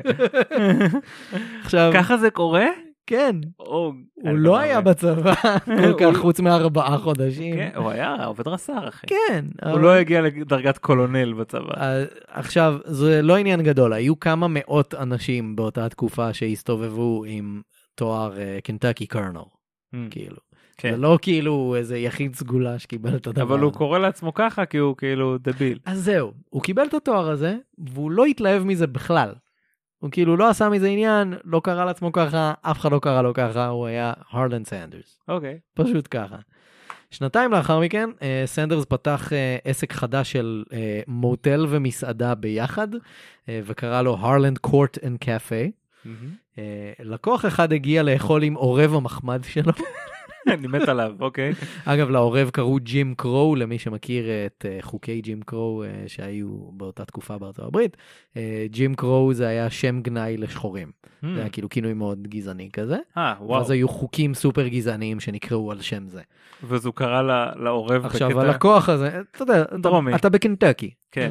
עכשיו,
ככה זה קורה?
כן.
או,
הוא לא היה בצבא כל כך חוץ מארבעה חודשים.
כן, הוא היה עובד רס"ר, אחי.
כן.
הוא לא הגיע לדרגת קולונל בצבא.
עכשיו, זה לא עניין גדול. היו כמה מאות אנשים באותה תקופה שהסתובבו עם תואר קנטקי קולנל. כאילו. זה לא כאילו איזה יחיד סגולה שקיבל את הדבר.
אבל הוא קורא לעצמו ככה כי הוא כאילו דביל.
אז זהו, הוא קיבל את התואר הזה, והוא לא התלהב מזה בכלל. הוא כאילו לא עשה מזה עניין, לא קרא לעצמו ככה, אף אחד לא קרא לו ככה, הוא היה הרלנד סנדרס.
אוקיי.
פשוט ככה. שנתיים לאחר מכן, סנדרס פתח עסק חדש של מוטל ומסעדה ביחד, וקרא לו הרלנד קורט אנד קאפה. לקוח אחד הגיע לאכול עם עורב המחמד שלו.
אני מת עליו, אוקיי.
אגב, לעורב קראו ג'ים קרו, למי שמכיר את חוקי ג'ים קרו שהיו באותה תקופה בארצות הברית. ג'ים קרו זה היה שם גנאי לשחורים. זה היה כאילו כינוי מאוד גזעני כזה.
אה, וואו.
ואז היו חוקים סופר גזעניים שנקראו על שם זה.
ואז הוא קרא לעורב בקטע...
עכשיו, הלקוח הזה, אתה יודע, אתה בקנטקי.
כן.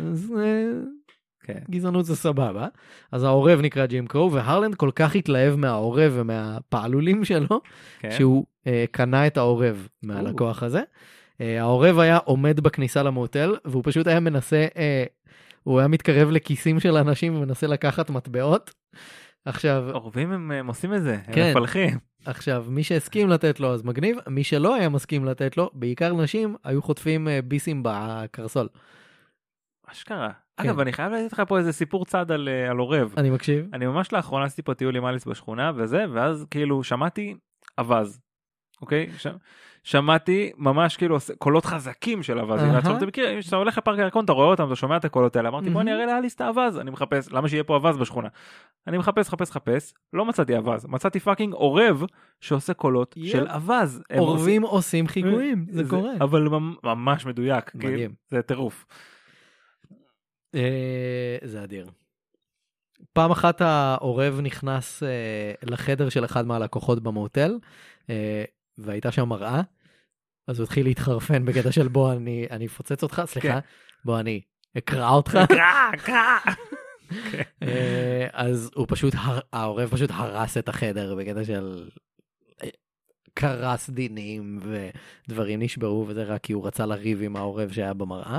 כן. גזענות זה סבבה. אז העורב נקרא ג'ים קרו, והרלנד כל כך התלהב מהעורב ומהפעלולים שלו, כן. שהוא uh, קנה את העורב מהלקוח הזה. Uh, העורב היה עומד בכניסה למוטל, והוא פשוט היה מנסה, uh, הוא היה מתקרב לכיסים של אנשים ומנסה לקחת מטבעות. עכשיו...
עורבים הם, הם עושים את זה,
כן.
הם מפלחים.
עכשיו, מי שהסכים לתת לו אז מגניב, מי שלא היה מסכים לתת לו, בעיקר נשים, היו חוטפים uh, ביסים בקרסול.
אשכרה. אגב, אני חייב להגיד לך פה איזה סיפור צד על, על עורב.
אני מקשיב.
אני ממש לאחרונה עשיתי פה טיול עם אליס בשכונה וזה, ואז כאילו שמעתי אבז. אוקיי? ש... שמעתי ממש כאילו קולות חזקים של אבז. Uh-huh. אתה מכיר, כשאתה הולך לפארק הירקון, אתה רואה אותם, אתה שומע את הקולות האלה. אמרתי, uh-huh. בוא אני אראה לאליס את האבז. אני מחפש, למה שיהיה פה אבז בשכונה? אני מחפש, חפש, חפש. לא מצאתי אבז. מצאתי פאקינג עורב שעושה קולות yeah. של אבז.
עורבים עושים, עושים חיקויים. זה, זה קורה.
אבל ממש מדויק. מדהים. זה טירוף.
זה אדיר. פעם אחת העורב נכנס לחדר של אחד מהלקוחות במוטל, והייתה שם מראה, אז הוא התחיל להתחרפן בקטע של בוא אני, אני אפוצץ אותך, סליחה, בוא אני אקרא אותך.
אקרא, אקרא.
אז הוא פשוט, העורב פשוט הרס את החדר בקטע של קרס דינים ודברים נשברו, וזה רק כי הוא רצה לריב עם העורב שהיה במראה.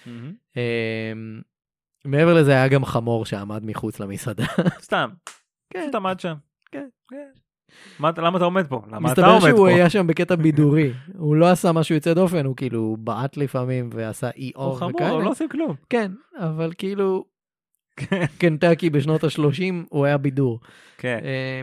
מעבר לזה היה גם חמור שעמד מחוץ למסעדה.
סתם. פשוט עמד שם. כן. למה אתה עומד פה? למה אתה עומד
מסתבר
פה?
שהוא היה שם בקטע בידורי. הוא לא עשה משהו יוצא דופן, הוא כאילו בעט לפעמים ועשה אי אור וכאלה.
הוא חמור, הוא לא עושה כלום.
כן, אבל כאילו קנטקי בשנות ה-שלושים הוא היה בידור.
כן.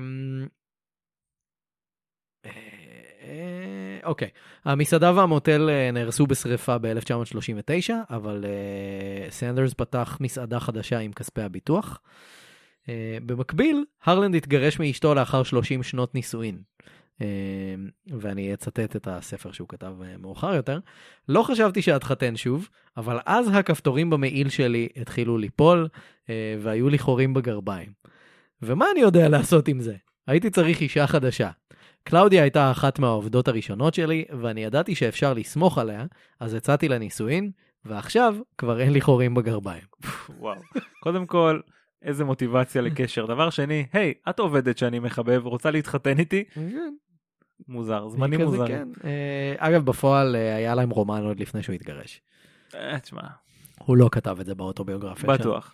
אוקיי, המסעדה והמוטל נהרסו בשריפה ב-אלף תשע מאות שלושים ותשע, אבל סנדרס פתח מסעדה חדשה עם כספי הביטוח. במקביל, הרלנד התגרש מאשתו לאחר שלושים שנות נישואין. ואני אצטט את הספר שהוא כתב מאוחר יותר. לא חשבתי שאתחתן שוב, אבל אז הכפתורים במעיל שלי התחילו ליפול, והיו לי חורים בגרביים. ומה אני יודע לעשות עם זה? הייתי צריך אישה חדשה. קלאודיה הייתה אחת מהעובדות הראשונות שלי, ואני ידעתי שאפשר לסמוך עליה, אז הצעתי לנישואין, ועכשיו כבר אין לי חורים בגרביים.
וואו. קודם כל, איזה מוטיבציה לקשר. דבר שני, היי, את עובדת שאני מחבב, רוצה להתחתן איתי? מוזר, זמנים מוזרים.
אגב, בפועל היה להם רומן עוד לפני שהוא התגרש.
תשמע.
הוא לא כתב את זה באוטוביוגרפיה.
בטוח.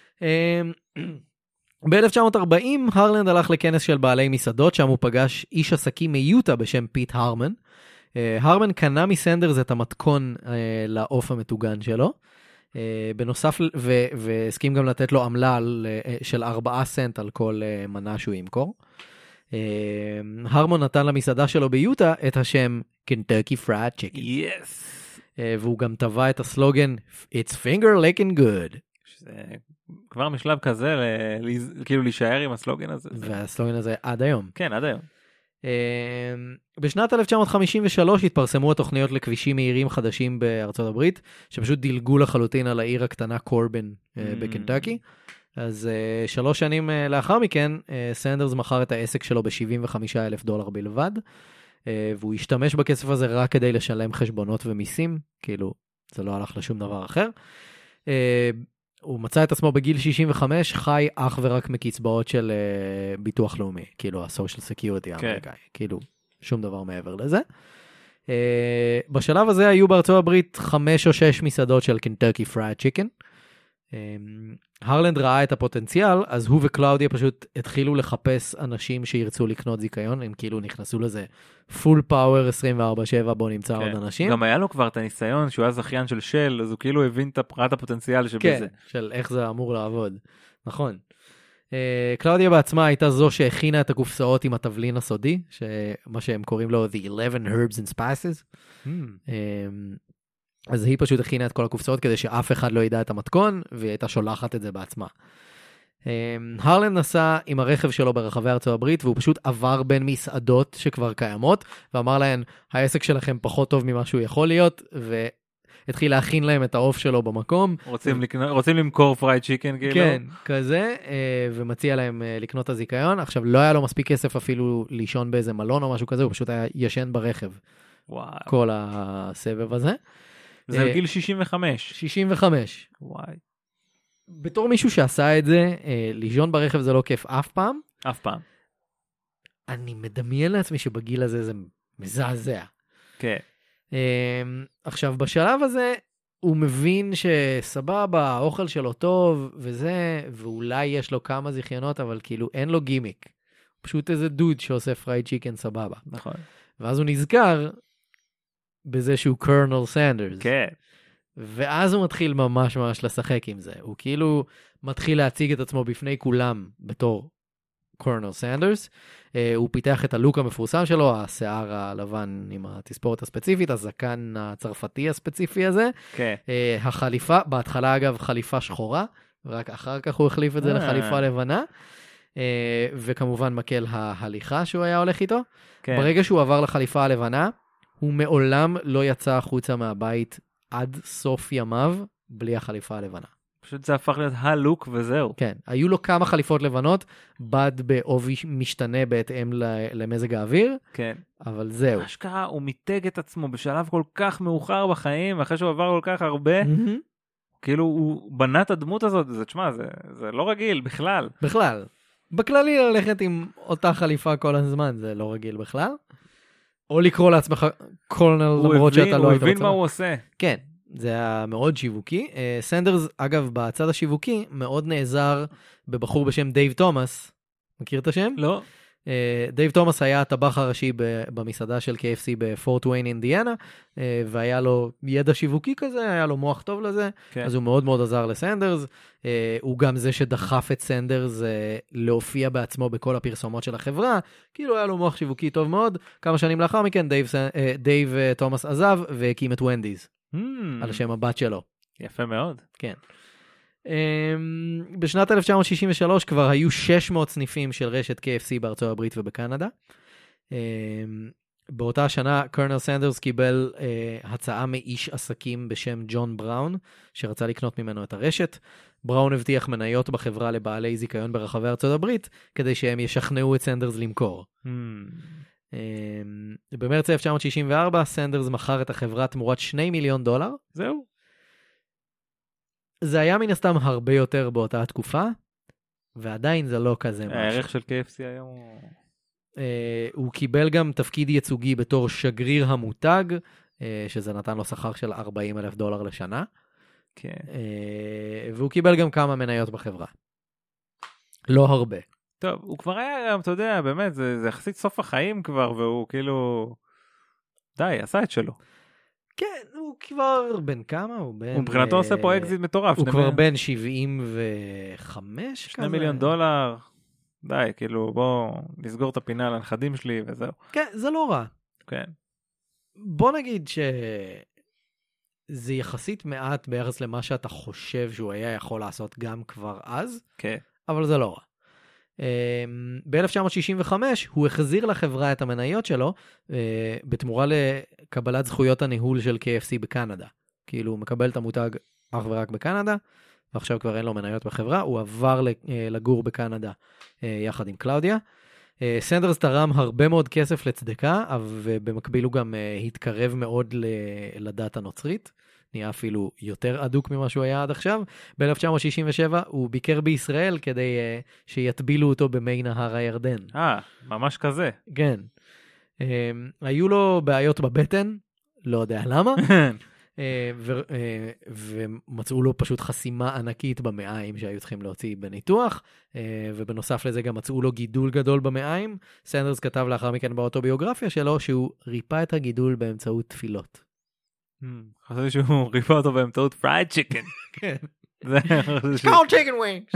ב-אלף תשע מאות ארבעים הרלנד הלך לכנס של בעלי מסעדות, שם הוא פגש איש עסקים מיוטה בשם פיט הרמן. הרמן קנה מסנדרס את המתכון לעוף המטוגן שלו, בנוסף, והסכים גם לתת לו עמלה של ארבעה סנט על כל מנה שהוא ימכור. הרמן נתן למסעדה שלו ביוטה את השם Kentucky Fried Chicken.
Yes.
והוא גם טבע את הסלוגן It's finger licking good.
שזה כבר משלב כזה, כאילו להישאר עם הסלוגן הזה.
והסלוגן הזה עד היום.
כן, עד היום.
בשנת אלף תשע מאות חמישים ושלוש התפרסמו התוכניות לכבישים מהירים חדשים בארצות הברית, שפשוט דילגו לחלוטין על העיר הקטנה קורבן בקנטקי. אז שלוש שנים לאחר מכן, סנדרס מכר את העסק שלו ב-שבעים וחמישה אלף דולר בלבד, והוא השתמש בכסף הזה רק כדי לשלם חשבונות ומיסים, כאילו זה לא הלך לשום דבר אחר. הוא מצא את עצמו בגיל שישים וחמש, חי אך ורק מקצבאות של uh, ביטוח לאומי, כאילו ה-social security האמריקאי, כאילו שום דבר מעבר לזה. Uh, בשלב הזה היו בארצות הברית חמש או שש מסעדות של קנטקי פרייד צ'יקן. הרלנד ראה את הפוטנציאל, אז הוא וקלאודיה פשוט התחילו לחפש אנשים שירצו לקנות זיקיון, הם כאילו נכנסו לזה פול פאוור עשרים וארבע שבע, בו נמצא כן. עוד אנשים.
גם היה לו כבר את הניסיון שהוא היה זכיין של של, אז הוא כאילו הבין את הפרט הפוטנציאל שבזה.
כן, של איך זה אמור לעבוד. נכון. Uh, קלאודיה בעצמה הייתה זו שהכינה את הקופסאות עם התבלין הסודי, שמה שהם קוראים לו The eleven Herbs and Spices. Hmm. Uh, אז היא פשוט הכינה את כל הקופסאות כדי שאף אחד לא ידע את המתכון, והיא הייתה שולחת את זה בעצמה. הרלנד נסע עם הרכב שלו ברחבי ארצות הברית, והוא פשוט עבר בין מסעדות שכבר קיימות, ואמר להן, העסק שלכם פחות טוב ממה שהוא יכול להיות, והתחיל להכין להם את העוף שלו במקום.
רוצים, לקנות, רוצים למכור פרייד צ'יקן כאילו?
כן, כזה, ומציע להם לקנות את הזיקיון. עכשיו, לא היה לו מספיק כסף אפילו לישון באיזה מלון או משהו כזה, הוא פשוט היה ישן ברכב.
וואו.
כל הסבב הזה.
זה בגיל שישים וחמש.
שישים וחמש.
וואי.
בתור מישהו שעשה את זה, לישון ברכב זה לא כיף אף פעם.
אף פעם.
אני מדמיין לעצמי שבגיל הזה זה מזעזע.
כן.
עכשיו, בשלב הזה, הוא מבין שסבבה, האוכל שלו טוב, וזה, ואולי יש לו כמה זיכיונות, אבל כאילו אין לו גימיק. פשוט איזה דוד שעושה פרייד צ'יקן סבבה.
נכון.
ואז הוא נזכר בזה שהוא קורנל סנדרס.
כן.
ואז הוא מתחיל ממש ממש לשחק עם זה. הוא כאילו מתחיל להציג את עצמו בפני כולם בתור קורנל סנדרס. Uh, הוא פיתח את הלוק המפורסם שלו, השיער הלבן עם התספורת הספציפית, הזקן הצרפתי הספציפי הזה.
כן.
Uh, החליפה, בהתחלה אגב חליפה שחורה, ורק אחר כך הוא החליף את זה לחליפה לבנה. Uh, וכמובן מקל ההליכה שהוא היה הולך איתו. כן. ברגע שהוא עבר לחליפה הלבנה, הוא מעולם לא יצא החוצה מהבית עד סוף ימיו בלי החליפה הלבנה.
פשוט זה הפך להיות הלוק וזהו.
כן, היו לו כמה חליפות לבנות, בד בעובי משתנה בהתאם למזג האוויר,
כן.
אבל זהו.
אשכרה, הוא מיתג את עצמו בשלב כל כך מאוחר בחיים, אחרי שהוא עבר כל כך הרבה, mm-hmm. כאילו הוא בנה את הדמות הזאת, זה, תשמע, זה, זה לא רגיל בכלל.
בכלל. בכללי ללכת עם אותה חליפה כל הזמן, זה לא רגיל בכלל. או לקרוא לעצמך קולנל למרות שאתה לא היית רוצה.
הוא הבין מה הוא עושה.
כן, זה היה מאוד שיווקי. סנדרס, אגב, בצד השיווקי, מאוד נעזר בבחור בשם דייב תומאס. מכיר את השם?
לא.
דייב תומאס היה הטבח הראשי במסעדה של קי אף סי בפורט וויין, אינדיאנה, והיה לו ידע שיווקי כזה, היה לו מוח טוב לזה, כן. אז הוא מאוד מאוד עזר לסנדרס. הוא גם זה שדחף את סנדרס להופיע בעצמו בכל הפרסומות של החברה, כאילו היה לו מוח שיווקי טוב מאוד. כמה שנים לאחר מכן דייב, דייב תומאס עזב והקים את ונדיז, hmm. על שם הבת שלו.
יפה מאוד.
כן. בשנת אלף תשע מאות שישים ושלוש כבר היו שש מאות סניפים של רשת קי אף סי בארצות הברית ובקנדה. באותה השנה קורנל סנדרס קיבל הצעה מאיש עסקים בשם ג'ון בראון, שרצה לקנות ממנו את הרשת. בראון הבטיח מניות בחברה לבעלי זיכיון ברחבי ארצות הברית, כדי שהם ישכנעו את סנדרס למכור. Hmm. במרץ אלף תשע מאות שישים וארבע סנדרס מכר את החברה תמורת שני מיליון דולר.
זהו.
זה היה מן הסתם הרבה יותר באותה התקופה, ועדיין זה לא כזה משהו.
הערך של קי אף סי היום...
Uh, הוא קיבל גם תפקיד ייצוגי בתור שגריר המותג, uh, שזה נתן לו שכר של ארבעים אלף דולר לשנה.
כן. Okay.
Uh, והוא קיבל גם כמה מניות בחברה. לא הרבה.
טוב, הוא כבר היה, אתה יודע, באמת, זה, זה יחסית סוף החיים כבר, והוא כאילו... די, עשה את שלו.
כן, הוא כבר בן כמה? הוא בן...
הוא מבחינתו עושה פה אקזיט מטורף.
הוא כבר בן שבעים וחמש כזה.
שני מיליון דולר. די, כאילו, בוא נסגור את הפינה על הנכדים שלי וזהו.
כן, זה לא רע.
כן.
בוא נגיד שזה יחסית מעט ביחס למה שאתה חושב שהוא היה יכול לעשות גם כבר אז.
כן.
אבל זה לא רע. ב-אלף תשע מאות שישים וחמש הוא החזיר לחברה את המניות שלו, בתמורה לקבלת זכויות הניהול של קיי אף סי בקנדה. כאילו הוא מקבל את המותג אך ורק בקנדה, ועכשיו כבר אין לו מניות בחברה, הוא עבר לגור בקנדה יחד עם קלאודיה. סנדרס תרם הרבה מאוד כסף לצדקה, ובמקביל הוא גם התקרב מאוד לדת הנוצרית, נהיה אפילו יותר עדוק ממה שהוא היה עד עכשיו. ב-אלף תשע מאות שישים ושבע הוא ביקר בישראל כדי uh, שיטבילו אותו במי נהר הירדן.
אה, ממש כזה.
כן. Uh, היו לו בעיות בבטן, לא יודע למה, uh, ו- uh, ומצאו לו פשוט חסימה ענקית במעיים שהיו צריכים להוציא בניתוח, uh, ובנוסף לזה גם מצאו לו גידול גדול במעיים. סנדרס כתב לאחר מכן באוטוביוגרפיה שלו שהוא ריפא את הגידול באמצעות תפילות.
חשבתי שהוא ריפה אותו באמצעות פרייד צ'יקן.
כן. קול צ'יקן ווינגס.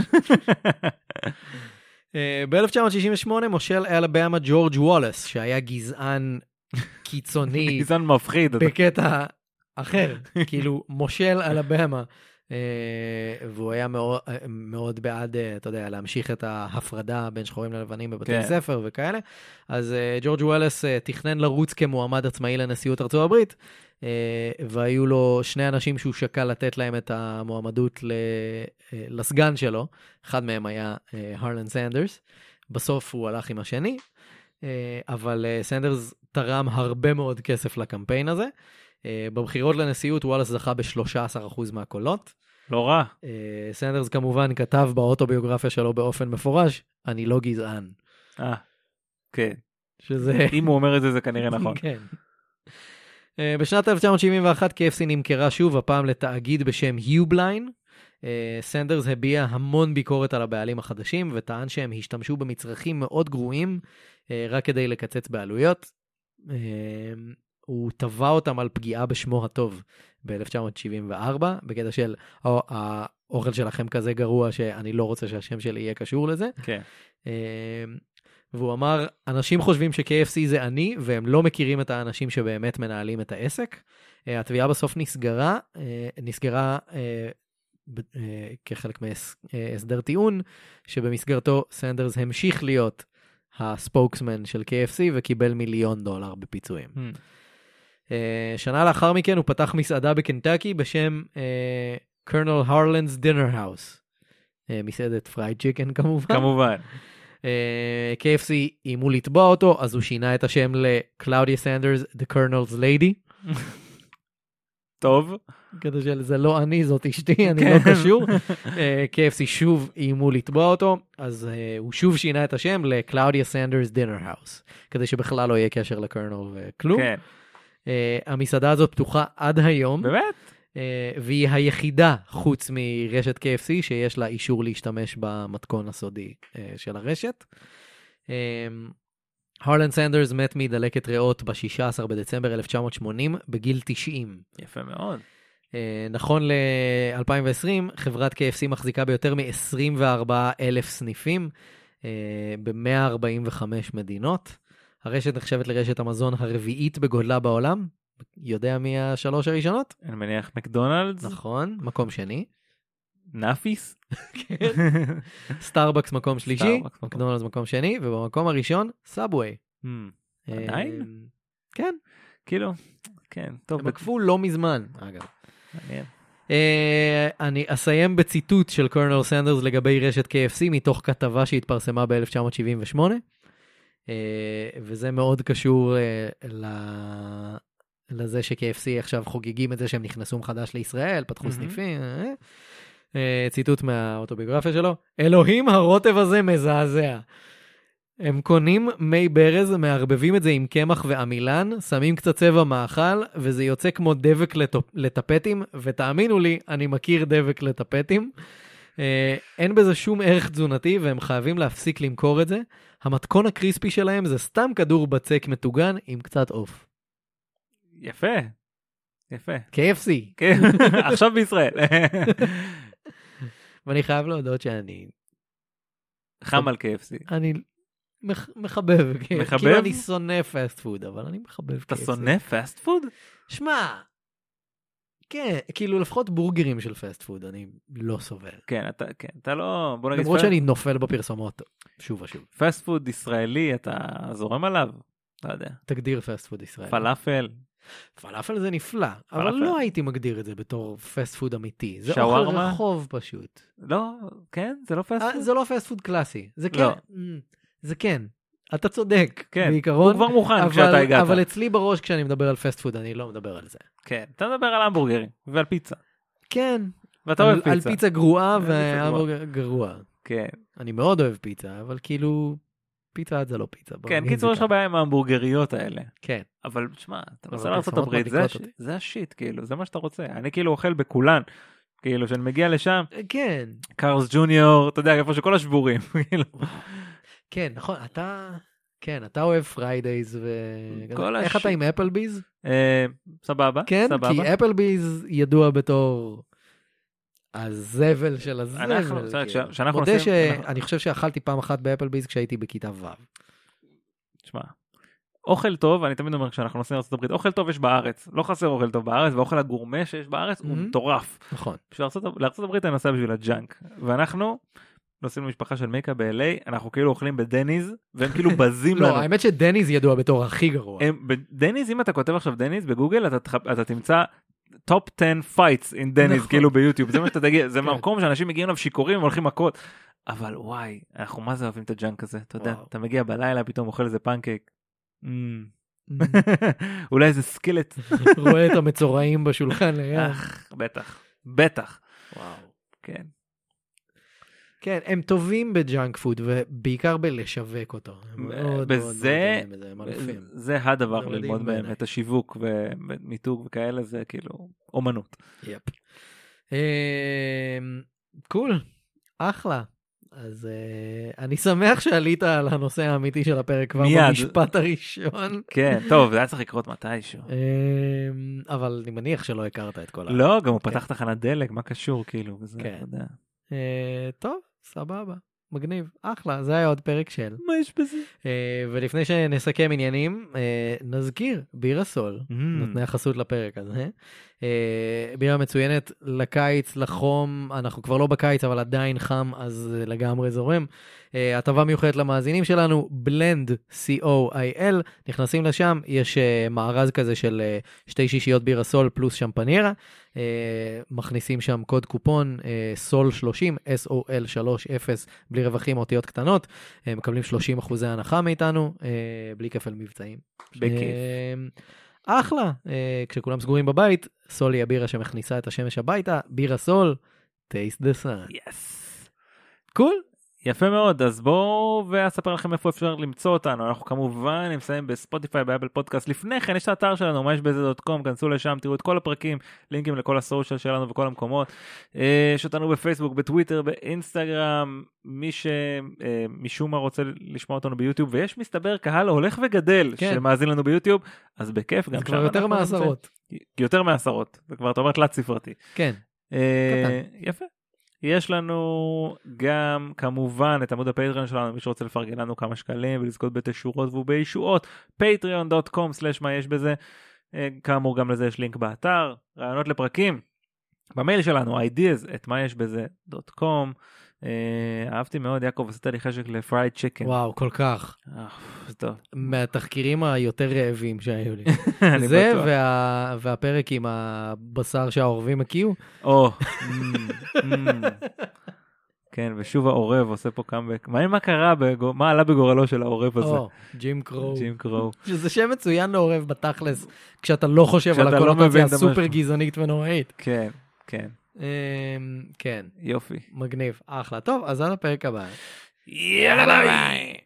ב-אלף תשע מאות שישים ושמונה מושל אלבמה ג'ורג' וולס, שהיה גזען קיצוני.
גזען מפחיד.
בקטע אחר. כאילו מושל אלבמה. והוא היה מאוד, מאוד בעד, אתה יודע, להמשיך את ההפרדה בין שחורים ללבנים בבתי ספר וכאלה. אז ג'ורג' וולס תכנן לרוץ כמועמד עצמאי לנשיאות ארצות הברית, והיו לו שני אנשים שהוא שקל לתת להם את המועמדות לסגן שלו. אחד מהם היה הרלן סנדרס. בסוף הוא הלך עם השני, אבל סנדרס תרם הרבה מאוד כסף לקמפיין הזה. בבחירות לנשיאות וואלס זכה ב-שלושה עשר אחוז מהקולות.
לא רע.
סנדרס כמובן כתב באוטוביוגרפיה שלו באופן מפורש, אני לא גזען.
אה, כן.
שזה...
אם הוא אומר את זה, זה כנראה נכון.
כן. בשנת אלף תשע מאות שבעים ואחת קיי אף סי נמכרה שוב, הפעם לתאגיד בשם היובליין. סנדרס הביע המון ביקורת על הבעלים החדשים, וטען שהם השתמשו במצרכים מאוד גרועים, רק כדי לקצץ בעלויות. הוא טבע אותם על פגיעה בשמו הטוב ב-אלף תשע מאות שבעים וארבע, בקטע של האוכל שלכם כזה גרוע שאני לא רוצה שהשם שלי יהיה קשור לזה.
כן.
והוא אמר, אנשים חושבים ש-קיי אף סי זה אני, והם לא מכירים את האנשים שבאמת מנהלים את העסק. התביעה בסוף נסגרה, נסגרה כחלק מהסדר טיעון, שבמסגרתו סנדרס המשיך להיות הספוקסמן של קיי אף סי, וקיבל מיליון דולר בפיצויים. Hmm. שנה לאחר מכן הוא פתח מסעדה בקנטקי בשם קרנל הרלנס דינר האוס. מסעדת פרייד צ'יקן כמובן.
כמובן.
קיי אף סי אימו לתבוע אותו, אז הוא שינה את השם לקלאודיה סנדרס, The Colonel's Lady.
טוב.
כדי שזה לא אני, זאת אשתי, אני לא קשור. קיי אף סי שוב אימו לתבוע אותו, אז הוא שוב שינה את השם לקלאודיה סנדרס דינר האוס, כדי שבכלל לא יהיה קשר לקרנל וכלום. כן. המסעדה הזאת פתוחה עד היום.
באמת?
והיא היחידה חוץ מרשת קיי אף סי שיש לה אישור להשתמש במתכון הסודי של הרשת. הרלן סנדרס מת מדלקת ריאות ב-שישה עשר בדצמבר אלף תשע מאות שמונים בגיל תשעים.
יפה מאוד.
נכון ל-אלפיים ועשרים חברת קיי אף סי מחזיקה ביותר מ-עשרים וארבעה אלף סניפים ב-מאה ארבעים וחמש מדינות. הרשת נחשבת לרשת המזון הרביעית בגודלה בעולם. יודע מי השלוש הראשונות?
אני מניח מקדונלדס.
נכון, מקום שני.
נאפיס.
כן. סטארבקס מקום שלישי, מקדונלדס מקום שני, ובמקום הראשון סאבווי.
עדיין?
כן.
כאילו, כן. טוב.
בגפו לא מזמן, אגב.
מעניין.
אני אסיים בציטוט של קרנל סנדרס לגבי רשת קיי אף סי, מתוך כתבה שהתפרסמה ב-אלף תשע מאות שבעים ושמונה, וזה מאוד קשור לזה ש-קיי אף סי עכשיו חוגגים את זה שהם נכנסו מחדש לישראל, פתחו סניפים. ציטוט מהאוטוביוגרפיה שלו, אלוהים הרוטב הזה מזעזע. הם קונים מי ברז, מערבבים את זה עם קמח ועמילן, שמים קצת צבע מאכל, וזה יוצא כמו דבק לטפטים, ותאמינו לי, אני מכיר דבק לטפטים. אין בזה שום ערך תזונתי, והם חייבים להפסיק למכור את זה. המתכון הקריספי שלהם זה סתם כדור בצק מטוגן עם קצת עוף.
יפה. יפה.
קיי אף סי.
עכשיו בישראל.
ואני חייב להודות שאני...
חם על קיי אף סי.
אני מחבב.
מחבב?
כאילו אני שונא פאסט פוד, אבל אני מחבב קיי אף סי.
אתה שונא פאסט פוד?
שמע, כן, כאילו לפחות בורגרים של פסט פוד, אני לא סובל.
כן, אתה, כן, אתה לא, בוא נגיד...
למרות שאני נופל בפרסומות שוב ושוב.
פסט פוד ישראלי, אתה זורם עליו? לא יודע.
תגדיר פסט פוד ישראלי.
פלאפל.
פלאפל זה נפלא, אבל
פלאפל.
לא הייתי מגדיר את זה בתור פסט פוד אמיתי. זה
שווארמה?
אוכל רחוב פשוט.
לא, כן, זה לא פסט
אה,
פוד?
זה לא פסט פוד קלאסי. זה כן.
לא.
אמ, זה כן. אתה צודק,
כן,
בעיקרון.
הוא כבר מוכן
אבל-
כשאתה הגעת.
אבל אצלי בראש כשאני מדבר על פסט פוד, אני לא מדבר על זה.
כן, אתה מדבר על המבורגרים ועל פיצה.
כן.
ואתה
על-
אוהב פיצה.
על פיצה גרועה
על פיצה
והמבורגר גרוע.
כן,
אני מאוד אוהב פיצה, אבל כאילו, פיצה עד זה לא פיצה. בוא
כן,
נגיד
קיצור
זה
יש לך
ככה.
בעיה עם ההמבורגריות האלה.
כן.
אבל תשמע, אתה
אבל
נוסע לארצות
הפרסומות
הברית, זה
מדליקות
השיט,
אותי.
זה השיט, כאילו, זה מה שאתה רוצה. אני כאילו אוכל בכולן. כאילו, כשאני מגיע לשם,
כן.
קארלס ג'וניור, אתה יודע, איפה שכל השבורים. כאילו.
כן, נכון, אתה... כן, אתה אוהב פריידייז ו...
כל
איך
הש-
אתה עם אפלביז?
אה, סבבה,
כן,
סבבה.
כי אפלביז ידוע בתור הזבל של הזבל.
אנחנו, בסדר,
כאילו.
כש- כשאנחנו
מודה
עושים- אנחנו-
שאני חושב שאכלתי פעם אחת באפלביז כשהייתי בכיתה ו'.
תשמע, אוכל טוב, אני תמיד אומר כשאנחנו נוסעים לארצות הברית, אוכל טוב יש בארץ, לא חסר אוכל טוב בארץ, והאוכל הגורמה שיש בארץ הוא
Mhm.
מטורף.
נכון.
לארצות הברית אני נוסע בשביל הג'אנק, ואנחנו נוסעים למשפחה של מייקה ב-אל איי, אנחנו כאילו אוכלים בדניז, והם כאילו בזים לנו.
לא, האמת שדניז ידוע בתור הכי גרוע.
הם- בדניז, אם אתה כותב עכשיו דניז בגוגל, אתה תח- אתה תמצא טופ עשר fights in דניז,
נכון.
כאילו ביוטיוב, זה מה שאתה תגיד, זה
כן.
מקום שאנשים מגיעים אליו שיכורים והולכים מכות, אבל וואי, אנחנו מה זה אוהבים את הג'אנק הזה, אתה יודע,
וואו.
אתה מגיע בלילה, פתאום אוכל איזה פנקייק, אולי איזה סקילט,
רואה את המצורעים בשולחן ליד.
אך, בטח, בטח,
וואו.
כן.
כן, הם טובים בג'אנק פוד, ובעיקר בלשווק אותו. הם מאוד מאוד
בזה,
מאוד טובים בזה, הם אלופים.
זה הדבר
זה מדהים
ללמוד מהם,
בעיניי.
את השיווק ומיתוג וכאלה, זה כאילו אומנות.
יפ. אמ, קול, אחלה. אז אה, אני שמח שעלית על הנושא האמיתי של הפרק כבר
מיד.
במשפט הראשון.
כן, טוב, זה היה צריך לקרות מתישהו.
אמ, אבל אני מניח שלא הכרת את כל ה...
לא, גם הוא
כן.
פתח תחנת דלק, מה קשור כאילו, וזה,
כן.
אתה יודע.
אה, טוב, סבבה, מגניב, אחלה, זה היה עוד פרק של.
מה יש בזה?
אה, ולפני שנסכם עניינים, אה, נזכיר, בירה סול, נותני החסות לפרק הזה. אה, בירה מצוינת לקיץ, לחום, אנחנו כבר לא בקיץ, אבל עדיין חם, אז אה, לגמרי זורם. אה, הטבה מיוחדת למאזינים שלנו, בלנד, סי או איי אל, נכנסים לשם, יש אה, מארז כזה של אה, שתי שישיות בירה סול פלוס שמפניירה, אה, מכניסים שם קוד קופון, אה, סול שלושים, אס או אל שלושים, בלי רווחים, אותיות קטנות, אה, מקבלים שלושים אחוזי הנחה מאיתנו, אה, בלי כפל מבצעים.
בכיף.
אה, אחלה, אה, כשכולם סגורים בבית, סול היא הבירה שמכניסה את השמש הביתה, בירה סול, taste the sun.
יס.
קול?
יפה מאוד, אז בואו ואספר לכם איפה אפשר למצוא אותנו. אנחנו כמובן נמצאים בספוטיפיי, באפל פודקאסט. לפני כן יש את האתר שלנו, מה יש בזה דוט קום, כנסו לשם, תראו את כל הפרקים, לינקים לכל הסושיאל שלנו וכל המקומות. אה, יש אותנו בפייסבוק, בטוויטר, באינסטגרם, מי שמשום מה רוצה לשמוע אותנו ביוטיוב, ויש מסתבר קהל הולך וגדל
כן.
שמאזין לנו ביוטיוב, אז בכיף. גם
זה
שם
כבר יותר
אנחנו
מעשרות.
נמצאים. יותר מעשרות, זה כבר אתה אומר תלת ספרתי.
כן.
אה, יפה. יש לנו גם כמובן את עמוד הפטריון שלנו, מי שרוצה לפרגן לנו כמה שקלים ולזכות בתשורות ובישועות, פטריון דוט קום סלש מה יש בזה. כאמור גם לזה יש לינק באתר, רעיונות לפרקים במייל שלנו, ideas את מה יש בזה דוט קום. אהבתי מאוד, יעקב, עשית לי חשק לפרייד צ'יקן.
וואו, כל כך.
זה טוב.
מהתחקירים היותר רעבים שהיו לי.
אני
זה
בטוח.
וה- והפרק עם הבשר שהעורבים הקיאו.
או, אמ, אמ. כן, ושוב העורב עושה פה קאמבק. מעניין מה קרה, בגו- מה עלה בגורלו של העורב הזה?
או, ג'ים קרו.
ג'ים קרו.
שזה שם מצוין לעורב בתכלס, כשאתה לא חושב על
כשאתה לא
הקונוטציה
מבין את
הסופר
המשהו.
גזענית ונוראית.
כן, כן,
אמ, כן,
יופי.
מגניב, אחלה. טוב, אז עד הפרק הבא.
יאללה ביי.